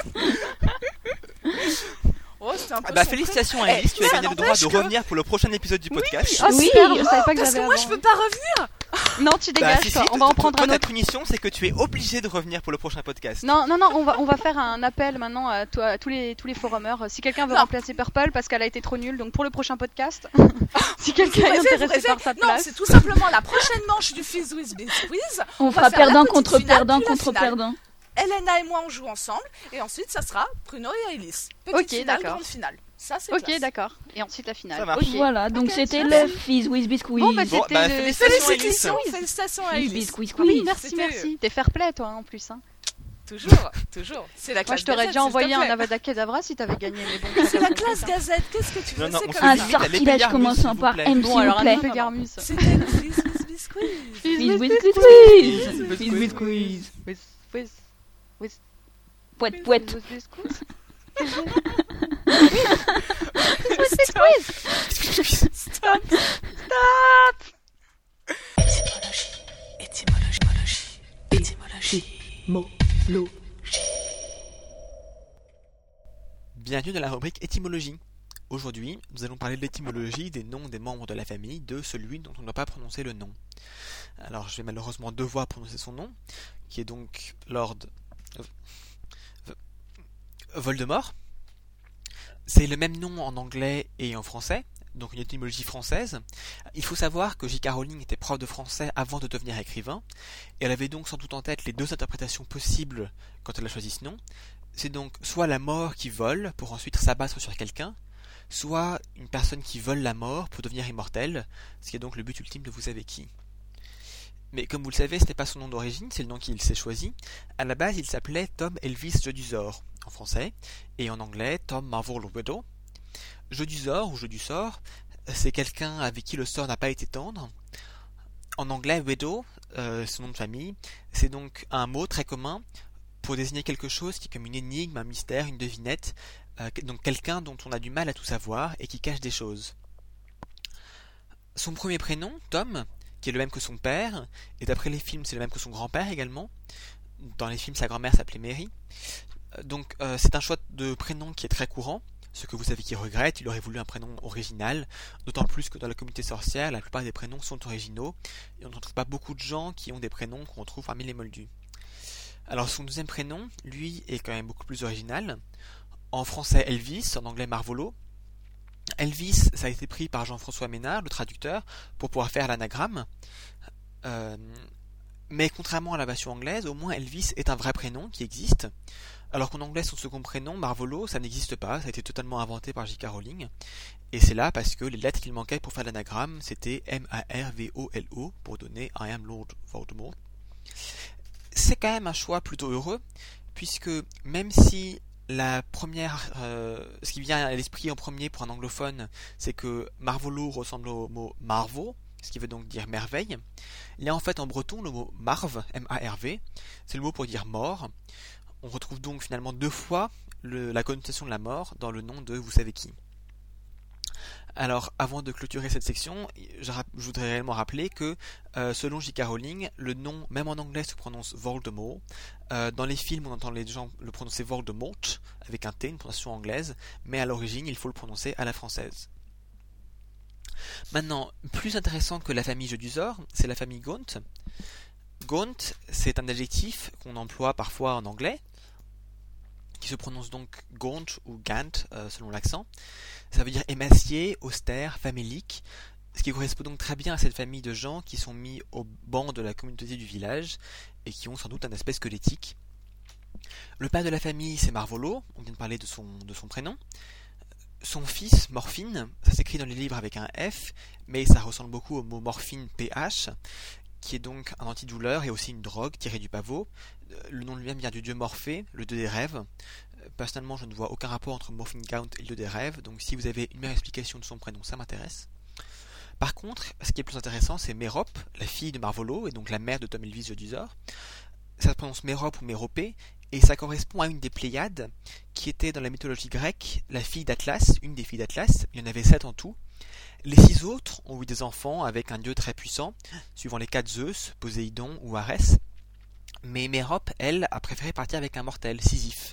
Oh, c'était un peu Ah bah son félicitations prénom. à Elise, Eh, tu as ça gagné le droit n'empêche de que- revenir pour le prochain épisode du podcast. Ah, Oui. super, je savais pas que Parce que j'avais moi, avant. je peux pas revenir. Non, tu Bah, dégages, si, toi. si, On va en toi, prendre toi, un ta autre. punition, c'est que tu es obligé de revenir pour le prochain podcast. Non, non, non, on va, on va faire un appel maintenant à, toi, à tous les, tous les forumers. Si quelqu'un veut Non. remplacer Purple parce qu'elle a été trop nulle, donc pour le prochain podcast, si quelqu'un Vous est rêvez, vous intéressé rêvez. par sa Non, place. c'est tout simplement la prochaine manche du Fizz with Biz Quiz. On va fera faire la perdant petite contre finale, perdant puis la contre finale. perdant. Elena et moi, on joue ensemble. Et ensuite, ça sera Pruno et Elise. Petite Ok, finale, d'accord. grande finale. Ça, c'est Ok, classe. d'accord. Et ensuite la finale. Ça marche. Ok. Voilà, donc Ok, c'était super. le Fizz with Biscuit. Bon, bah, Bon, c'était bah, le- félicitations, Elise. Félicitations, félicitations à Fizz Elise. Biscuit Oui, Squeeze. merci, C'était- merci. T'es fair play, toi, hein, en plus. Hein. Toujours, toujours. C'est la Moi, classe je t'aurais Gazette, déjà s'il te envoyé un plaît. Avada Kedavra si t'avais gagné, mais bon. C'est chacun la son classe truc, hein. Gazette. Qu'est-ce que tu veux Non, non, c'est on comme se Un limite ça. à l'épée sortilège Garmus, commençant s'il par vous plaît. M, Bon, s'il alors, vous un plaît. peu Garmus. C'était le Fizz with Biscuit. Fizz with Biscuit Biscuit. With- Fizz with Squeeze. with- with- with- Pouette, pouette. with biscuits. Stop. Stop. Étymologie, étymologie, étymologie. Bienvenue dans la rubrique étymologie. Aujourd'hui, nous allons parler de l'étymologie des noms des membres de la famille de celui dont on ne doit pas prononcer le nom. Alors, je vais malheureusement devoir prononcer son nom, qui est donc Lord Voldemort. C'est le même nom en anglais et en français, donc une étymologie française. Il faut savoir que J K Rowling était prof de français avant de devenir écrivain, et elle avait donc sans doute en tête les deux interprétations possibles quand elle a choisi ce nom. C'est donc soit la mort qui vole pour ensuite s'abattre sur quelqu'un, soit une personne qui vole la mort pour devenir immortelle, ce qui est donc le but ultime de vous savez qui. Mais comme vous le savez, ce n'est pas son nom d'origine, c'est le nom qu'il s'est choisi. À la base, il s'appelait Tom Elvis Jedusor en français, et en anglais Tom Marvel Riddle. Jedusor ou Jeu du sort, c'est quelqu'un avec qui le sort n'a pas été tendre. En anglais, Widow, euh, son nom de famille, c'est donc un mot très commun pour désigner quelque chose qui est comme une énigme, un mystère, une devinette, euh, donc quelqu'un dont on a du mal à tout savoir et qui cache des choses. Son premier prénom, Tom, qui est le même que son père, et d'après les films, c'est le même que son grand-père également. Dans les films, sa grand-mère s'appelait Mary. Donc euh, c'est un choix de prénom qui est très courant, ce que vous savez qu'il regrette, il aurait voulu un prénom original, d'autant plus que dans la communauté sorcière, la plupart des prénoms sont originaux, et on ne trouve pas beaucoup de gens qui ont des prénoms qu'on trouve parmi les moldus. Alors son deuxième prénom, lui, est quand même beaucoup plus original. En français Elvis, en anglais Marvolo. Elvis, ça a été pris par Jean-François Ménard, le traducteur, pour pouvoir faire l'anagramme. Euh, mais contrairement à la version anglaise, au moins Elvis est un vrai prénom qui existe. Alors qu'en anglais, son second prénom, Marvolo, ça n'existe pas, ça a été totalement inventé par J K Rowling. Et c'est là parce que les lettres qu'il manquait pour faire l'anagramme, c'était M A R V O L O, pour donner I am Lord Voldemort. C'est quand même un choix plutôt heureux, puisque même si la première, euh, ce qui vient à l'esprit en premier pour un anglophone, c'est que Marvolo ressemble au mot Marvo, ce qui veut donc dire merveille. Il y a en fait en breton le mot Marv, M A R V, c'est le mot pour dire mort. On retrouve donc finalement deux fois le, la connotation de la mort dans le nom de vous savez qui. Alors, avant de clôturer cette section, je, je voudrais réellement rappeler que, euh, selon J K Rowling, le nom, même en anglais, se prononce Voldemort. Euh, dans les films, on entend les gens le prononcer Voldemort, avec un T, une prononciation anglaise, mais à l'origine, il faut le prononcer à la française. Maintenant, plus intéressant que la famille Jedusor, c'est la famille Gaunt. Gaunt, c'est un adjectif qu'on emploie parfois en anglais, qui se prononce donc Gaunt ou Gant, euh, selon l'accent. Ça veut dire émacié, austère, famélique, ce qui correspond donc très bien à cette famille de gens qui sont mis au banc de la communauté du village et qui ont sans doute un aspect squelettique. Le père de la famille, c'est Marvolo, on vient de parler de son, de son prénom. Son fils, Morphine, ça s'écrit dans les livres avec un F, mais ça ressemble beaucoup au mot morphine P H, qui est donc un antidouleur et aussi une drogue tirée du pavot. Le nom lui-même vient du dieu Morphée, le dieu des rêves. Personnellement, je ne vois aucun rapport entre Morphine Gaunt et le dieu des rêves, donc si vous avez une meilleure explication de son prénom, ça m'intéresse. Par contre, ce qui est plus intéressant, c'est Mérope, la fille de Marvolo, et donc la mère de Tom Elvis Diodysor. Ça se prononce Mérope ou Méropée, et ça correspond à une des Pléiades, qui était dans la mythologie grecque la fille d'Atlas, une des filles d'Atlas. Il y en avait sept en tout. Les six autres ont eu des enfants avec un dieu très puissant, suivant les cas de Zeus, Poséidon ou Arès. Mais Mérope, elle, a préféré partir avec un mortel, Sisyphe.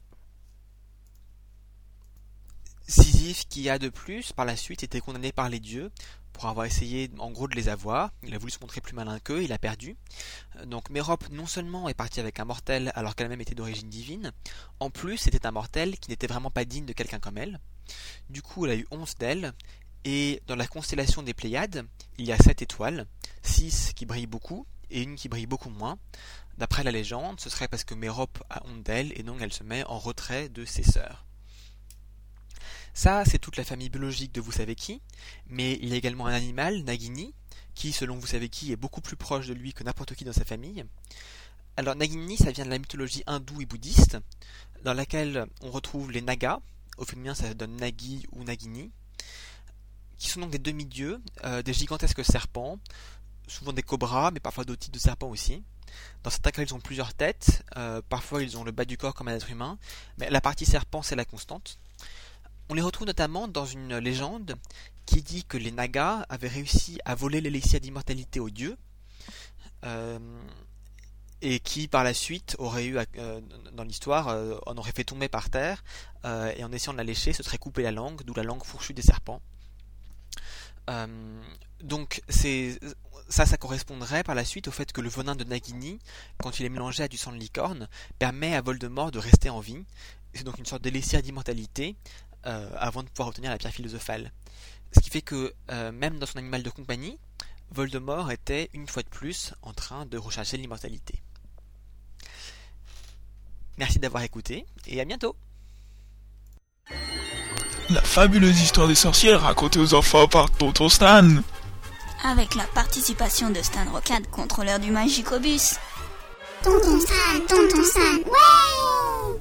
Sisyphe qui a de plus, par la suite, été condamné par les dieux pour avoir essayé en gros de les avoir. Il a voulu se montrer plus malin qu'eux, il a perdu. Donc Mérope non seulement est partie avec un mortel alors qu'elle même était d'origine divine, en plus c'était un mortel qui n'était vraiment pas digne de quelqu'un comme elle. Du coup elle a eu onze d'elle, et dans la constellation des Pléiades, il y a sept étoiles, six qui brillent beaucoup et une qui brille beaucoup moins. D'après la légende, ce serait parce que Mérope a honte d'elle et donc elle se met en retrait de ses sœurs. Ça, c'est toute la famille biologique de vous savez qui, mais il y a également un animal, Nagini, qui, selon vous savez qui, est beaucoup plus proche de lui que n'importe qui dans sa famille. Alors Nagini, ça vient de la mythologie hindoue et bouddhiste, dans laquelle on retrouve les Nagas, au féminin ça donne Nagi ou Nagini, qui sont donc des demi-dieux, euh, des gigantesques serpents, souvent des cobras, mais parfois d'autres types de serpents aussi. Dans certains cas, ils ont plusieurs têtes, euh, parfois ils ont le bas du corps comme un être humain, mais la partie serpent, c'est la constante. On les retrouve notamment dans une légende qui dit que les Nagas avaient réussi à voler l'élixir d'immortalité aux dieux, euh, et qui par la suite aurait eu, euh, dans l'histoire, euh, en aurait fait tomber par terre, euh, et en essayant de la lécher, se serait coupé la langue, d'où la langue fourchue des serpents. Euh, donc c'est, ça, ça correspondrait par la suite au fait que le venin de Nagini, quand il est mélangé à du sang de licorne, permet à Voldemort de rester en vie. C'est donc une sorte d'élixir d'immortalité, Euh, avant de pouvoir obtenir la pierre philosophale. Ce qui fait que, euh, même dans son animal de compagnie, Voldemort était, une fois de plus, en train de rechercher l'immortalité. Merci d'avoir écouté, et à bientôt. La fabuleuse histoire des sorcières racontée aux enfants par Tonton Stan. Avec la participation de Stan Rocade, contrôleur du Magicobus. Tonton Stan, Tonton Stan, ouais!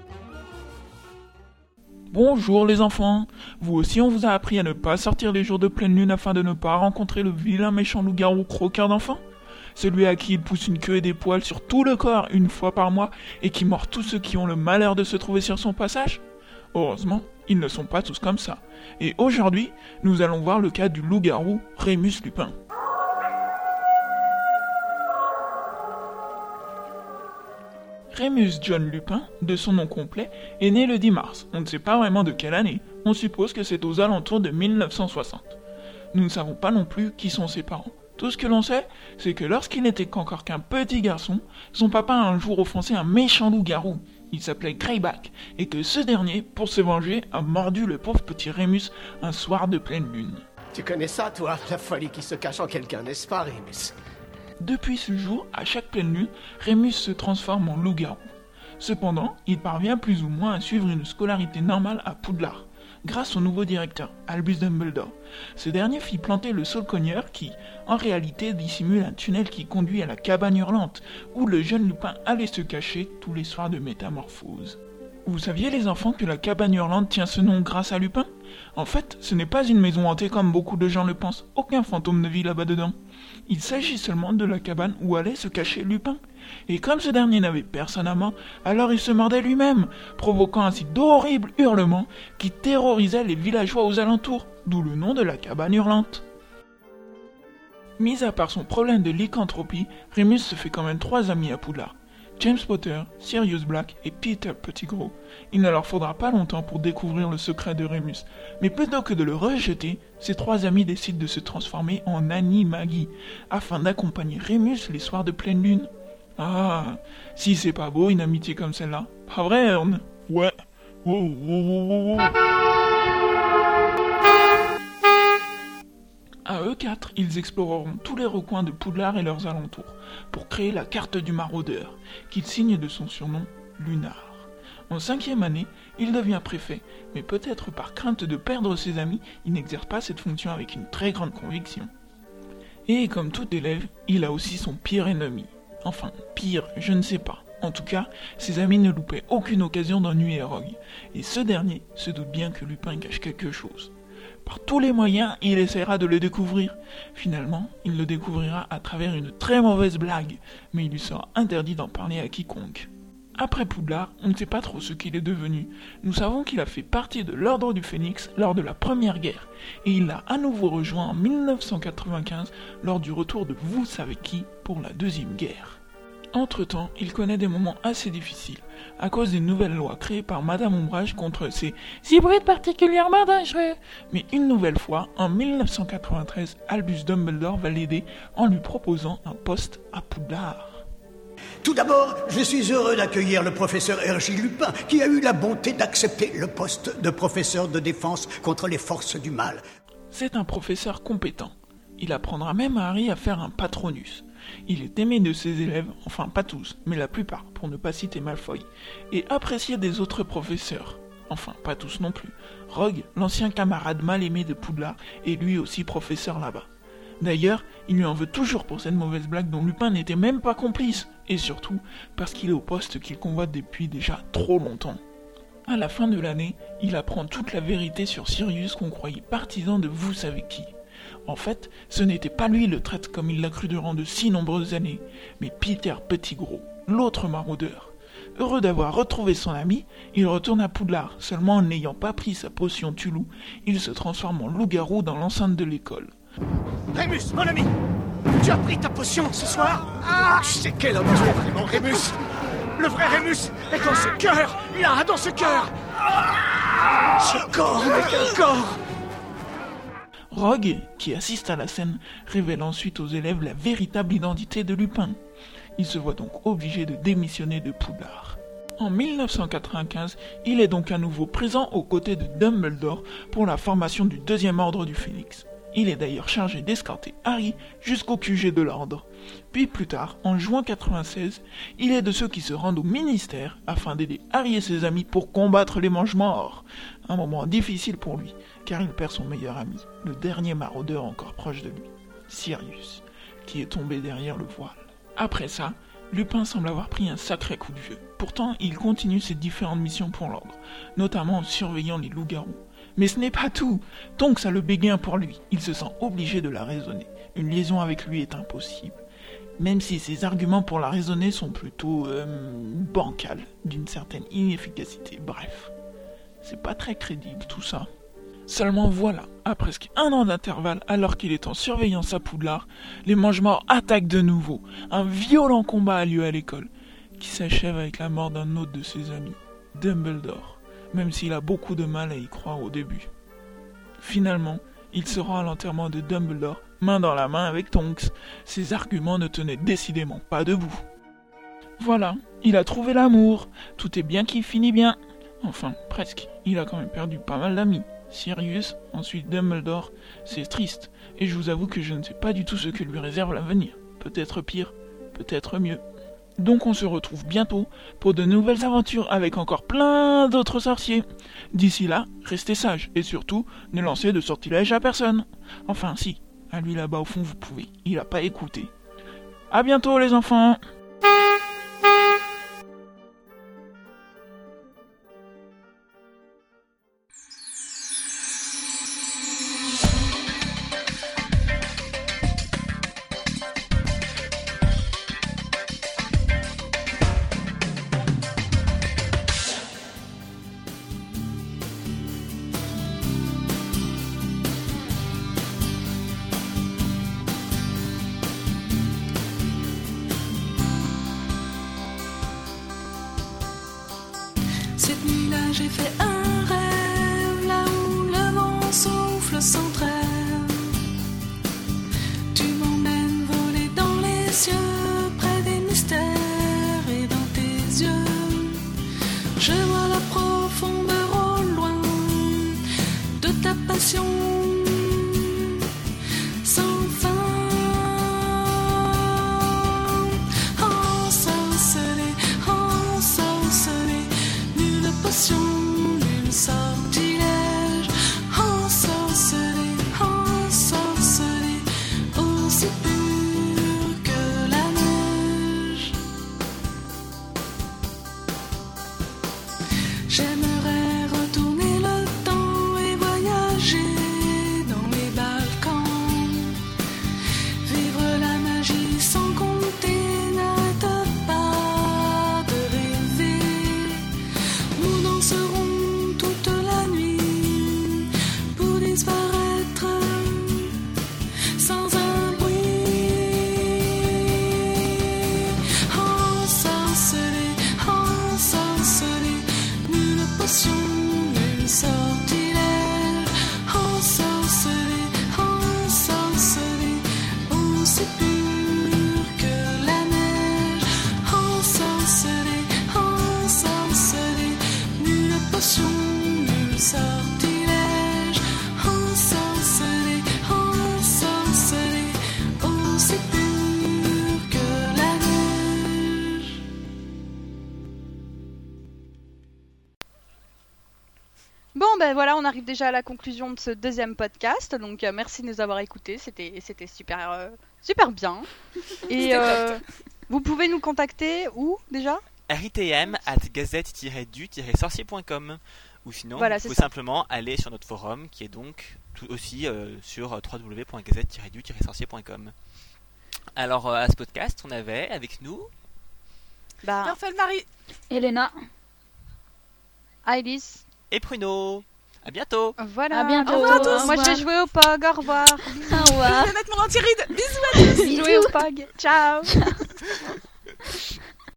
Bonjour les enfants. Vous aussi on vous a appris à ne pas sortir les jours de pleine lune afin de ne pas rencontrer le vilain méchant loup-garou croqueur d'enfants? Celui à qui il pousse une queue et des poils sur tout le corps une fois par mois et qui mord tous ceux qui ont le malheur de se trouver sur son passage? Heureusement, ils ne sont pas tous comme ça. Et aujourd'hui, nous allons voir le cas du loup-garou Rémus Lupin. Rémus John Lupin, de son nom complet, est né le dix mars. On ne sait pas vraiment de quelle année. On suppose que c'est aux alentours de mille neuf cent soixante. Nous ne savons pas non plus qui sont ses parents. Tout ce que l'on sait, c'est que lorsqu'il n'était qu'encore qu'un petit garçon, son papa a un jour offensé un méchant loup-garou. Il s'appelait Greyback, et que ce dernier, pour se venger, a mordu le pauvre petit Rémus un soir de pleine lune. Tu connais ça, toi, la folie qui se cache en quelqu'un, n'est-ce pas, Rémus? Depuis ce jour, à chaque pleine lune, Rémus se transforme en loup-garou. Cependant, il parvient plus ou moins à suivre une scolarité normale à Poudlard, grâce au nouveau directeur, Albus Dumbledore. Ce dernier fit planter le Saule-Cogneur qui, en réalité, dissimule un tunnel qui conduit à la cabane hurlante, où le jeune Lupin allait se cacher tous les soirs de métamorphose. Vous saviez les enfants que la cabane hurlante tient ce nom grâce à Lupin? En fait, ce n'est pas une maison hantée comme beaucoup de gens le pensent, aucun fantôme ne vit là-bas dedans. Il s'agit seulement de la cabane où allait se cacher Lupin. Et comme ce dernier n'avait personne à mort, alors il se mordait lui-même, provoquant ainsi d'horribles hurlements qui terrorisaient les villageois aux alentours, d'où le nom de la cabane hurlante. Mis à part son problème de lycanthropie, Rémus se fait quand même trois amis à Poudlard. James Potter, Sirius Black et Peter Pettigrew. Il ne leur faudra pas longtemps pour découvrir le secret de Rémus, mais plutôt que de le rejeter, ces trois amis décident de se transformer en Animagi, afin d'accompagner Rémus les soirs de pleine lune. Ah, si c'est pas beau une amitié comme celle-là, pas vrai Ern? Ouais. Wow, wow, wow, wow, wow. À eux quatre, ils exploreront tous les recoins de Poudlard et leurs alentours, pour créer la carte du maraudeur, qu'ils signent de son surnom Lunar. En cinquième année, il devient préfet, mais peut-être par crainte de perdre ses amis, il n'exerce pas cette fonction avec une très grande conviction. Et comme tout élève, il a aussi son pire ennemi. Enfin, pire, je ne sais pas. En tout cas, ses amis ne loupaient aucune occasion d'ennuyer Rogue, et ce dernier se doute bien que Lupin cache quelque chose. Par tous les moyens, il essaiera de le découvrir. Finalement, il le découvrira à travers une très mauvaise blague, mais il lui sera interdit d'en parler à quiconque. Après Poudlard, on ne sait pas trop ce qu'il est devenu. Nous savons qu'il a fait partie de l'Ordre du Phénix lors de la Première Guerre, et il l'a à nouveau rejoint en mille neuf cent quatre-vingt-quinze lors du retour de vous savez qui pour la Deuxième Guerre. Entre-temps, il connaît des moments assez difficiles, à cause des nouvelles lois créées par Madame Ombrage contre ces hybrides particulièrement dangereux. Mais une nouvelle fois, en mille neuf cent quatre-vingt-treize, Albus Dumbledore va l'aider en lui proposant un poste à Poudlard. Tout d'abord, je suis heureux d'accueillir le professeur Hergé Lupin, qui a eu la bonté d'accepter le poste de professeur de défense contre les forces du mal. C'est un professeur compétent. Il apprendra même à Harry à faire un Patronus. Il est aimé de ses élèves, enfin pas tous, mais la plupart, pour ne pas citer Malfoy, et apprécié des autres professeurs. Enfin, pas tous non plus. Rogue, l'ancien camarade mal aimé de Poudlard, est lui aussi professeur là-bas. D'ailleurs, il lui en veut toujours pour cette mauvaise blague dont Lupin n'était même pas complice, et surtout parce qu'il est au poste qu'il convoite depuis déjà trop longtemps. À la fin de l'année, il apprend toute la vérité sur Sirius qu'on croyait partisan de vous savez qui. En fait, ce n'était pas lui le traître comme il l'a cru durant de si nombreuses années, mais Peter Pettigrew, l'autre maraudeur. Heureux d'avoir retrouvé son ami, il retourne à Poudlard, seulement en n'ayant pas pris sa potion Tulou, il se transforme en loup-garou dans l'enceinte de l'école. Rémus, mon ami, tu as pris ta potion ce soir? Ah, je sais quel homme tu es vraiment, Rémus. Le vrai Rémus est dans ce cœur, là, dans ce cœur. Ce corps n'est qu'un corps. Rogue, qui assiste à la scène, révèle ensuite aux élèves la véritable identité de Lupin. Il se voit donc obligé de démissionner de Poudlard. En mille neuf cent quatre-vingt-quinze, il est donc à nouveau présent aux côtés de Dumbledore pour la formation du deuxième ordre du Phénix. Il est d'ailleurs chargé d'escorter Harry jusqu'au Q G de l'ordre. Puis plus tard, en juin quatre-vingt-seize, il est de ceux qui se rendent au ministère afin d'aider Harry et ses amis pour combattre les Mange-Morts. Un moment difficile pour lui, car il perd son meilleur ami, le dernier maraudeur encore proche de lui, Sirius, qui est tombé derrière le voile. Après ça, Lupin semble avoir pris un sacré coup de vieux. Pourtant, il continue ses différentes missions pour l'ordre, notamment en surveillant les loups-garous. Mais ce n'est pas tout. Tonks a le béguin pour lui. Il se sent obligé de la raisonner. Une liaison avec lui est impossible. Même si ses arguments pour la raisonner sont plutôt euh, bancals, d'une certaine inefficacité. Bref, c'est pas très crédible tout ça. Seulement voilà, à presque un an d'intervalle, alors qu'il est en surveillance à Poudlard, les Mange-Morts attaquent de nouveau. Un violent combat a lieu à l'école, qui s'achève avec la mort d'un autre de ses amis, Dumbledore. Même s'il a beaucoup de mal à y croire au début. Finalement, il se rend à l'enterrement de Dumbledore, main dans la main avec Tonks. Ses arguments ne tenaient décidément pas debout. Voilà, il a trouvé l'amour. Tout est bien qui finit bien. Enfin, presque. Il a quand même perdu pas mal d'amis. Sirius, ensuite Dumbledore, c'est triste. Et je vous avoue que je ne sais pas du tout ce que lui réserve l'avenir. Peut-être pire, peut-être mieux. Donc on se retrouve bientôt pour de nouvelles aventures avec encore plein d'autres sorciers. D'ici là, restez sages et surtout, ne lancez de sortilèges à personne. Enfin si, à lui là-bas au fond vous pouvez, il a pas écouté. À bientôt les enfants. Cette nuit-là, j'ai fait un rêve, là où le vent souffle sans trêve. Tu m'emmènes voler dans les cieux, près des mystères et dans tes yeux. Je vois la profondeur au loin de ta passion sans fin. Ensorcelé, ensorcelé, nulle potion, nul sortilège. Ensorcelé, ensorcelé, aussi pur que la bah voilà, on arrive déjà à la conclusion de ce deuxième podcast. Donc euh, merci de nous avoir écoutés, c'était c'était super euh, super bien. Et euh, vous pouvez nous contacter où déjà? ritm arobase gazette tiret du tiret sorcier point com ou sinon Voilà, vous c'est pouvez ça. simplement aller sur notre forum qui est donc tout aussi euh, sur w w w point gazette tiret du tiret sorcier point com. Alors euh, à ce podcast, on avait avec nous Bah, Parfait, Marie. Elena. Alice. et Pruno. À bientôt. Voilà. À bientôt. Au revoir. Au revoir. Moi je vais jouer au P O G. Au revoir. Au revoir. Je vais mettre mon anti-ride. Bisous à tous. Jouer au P O G. Ciao.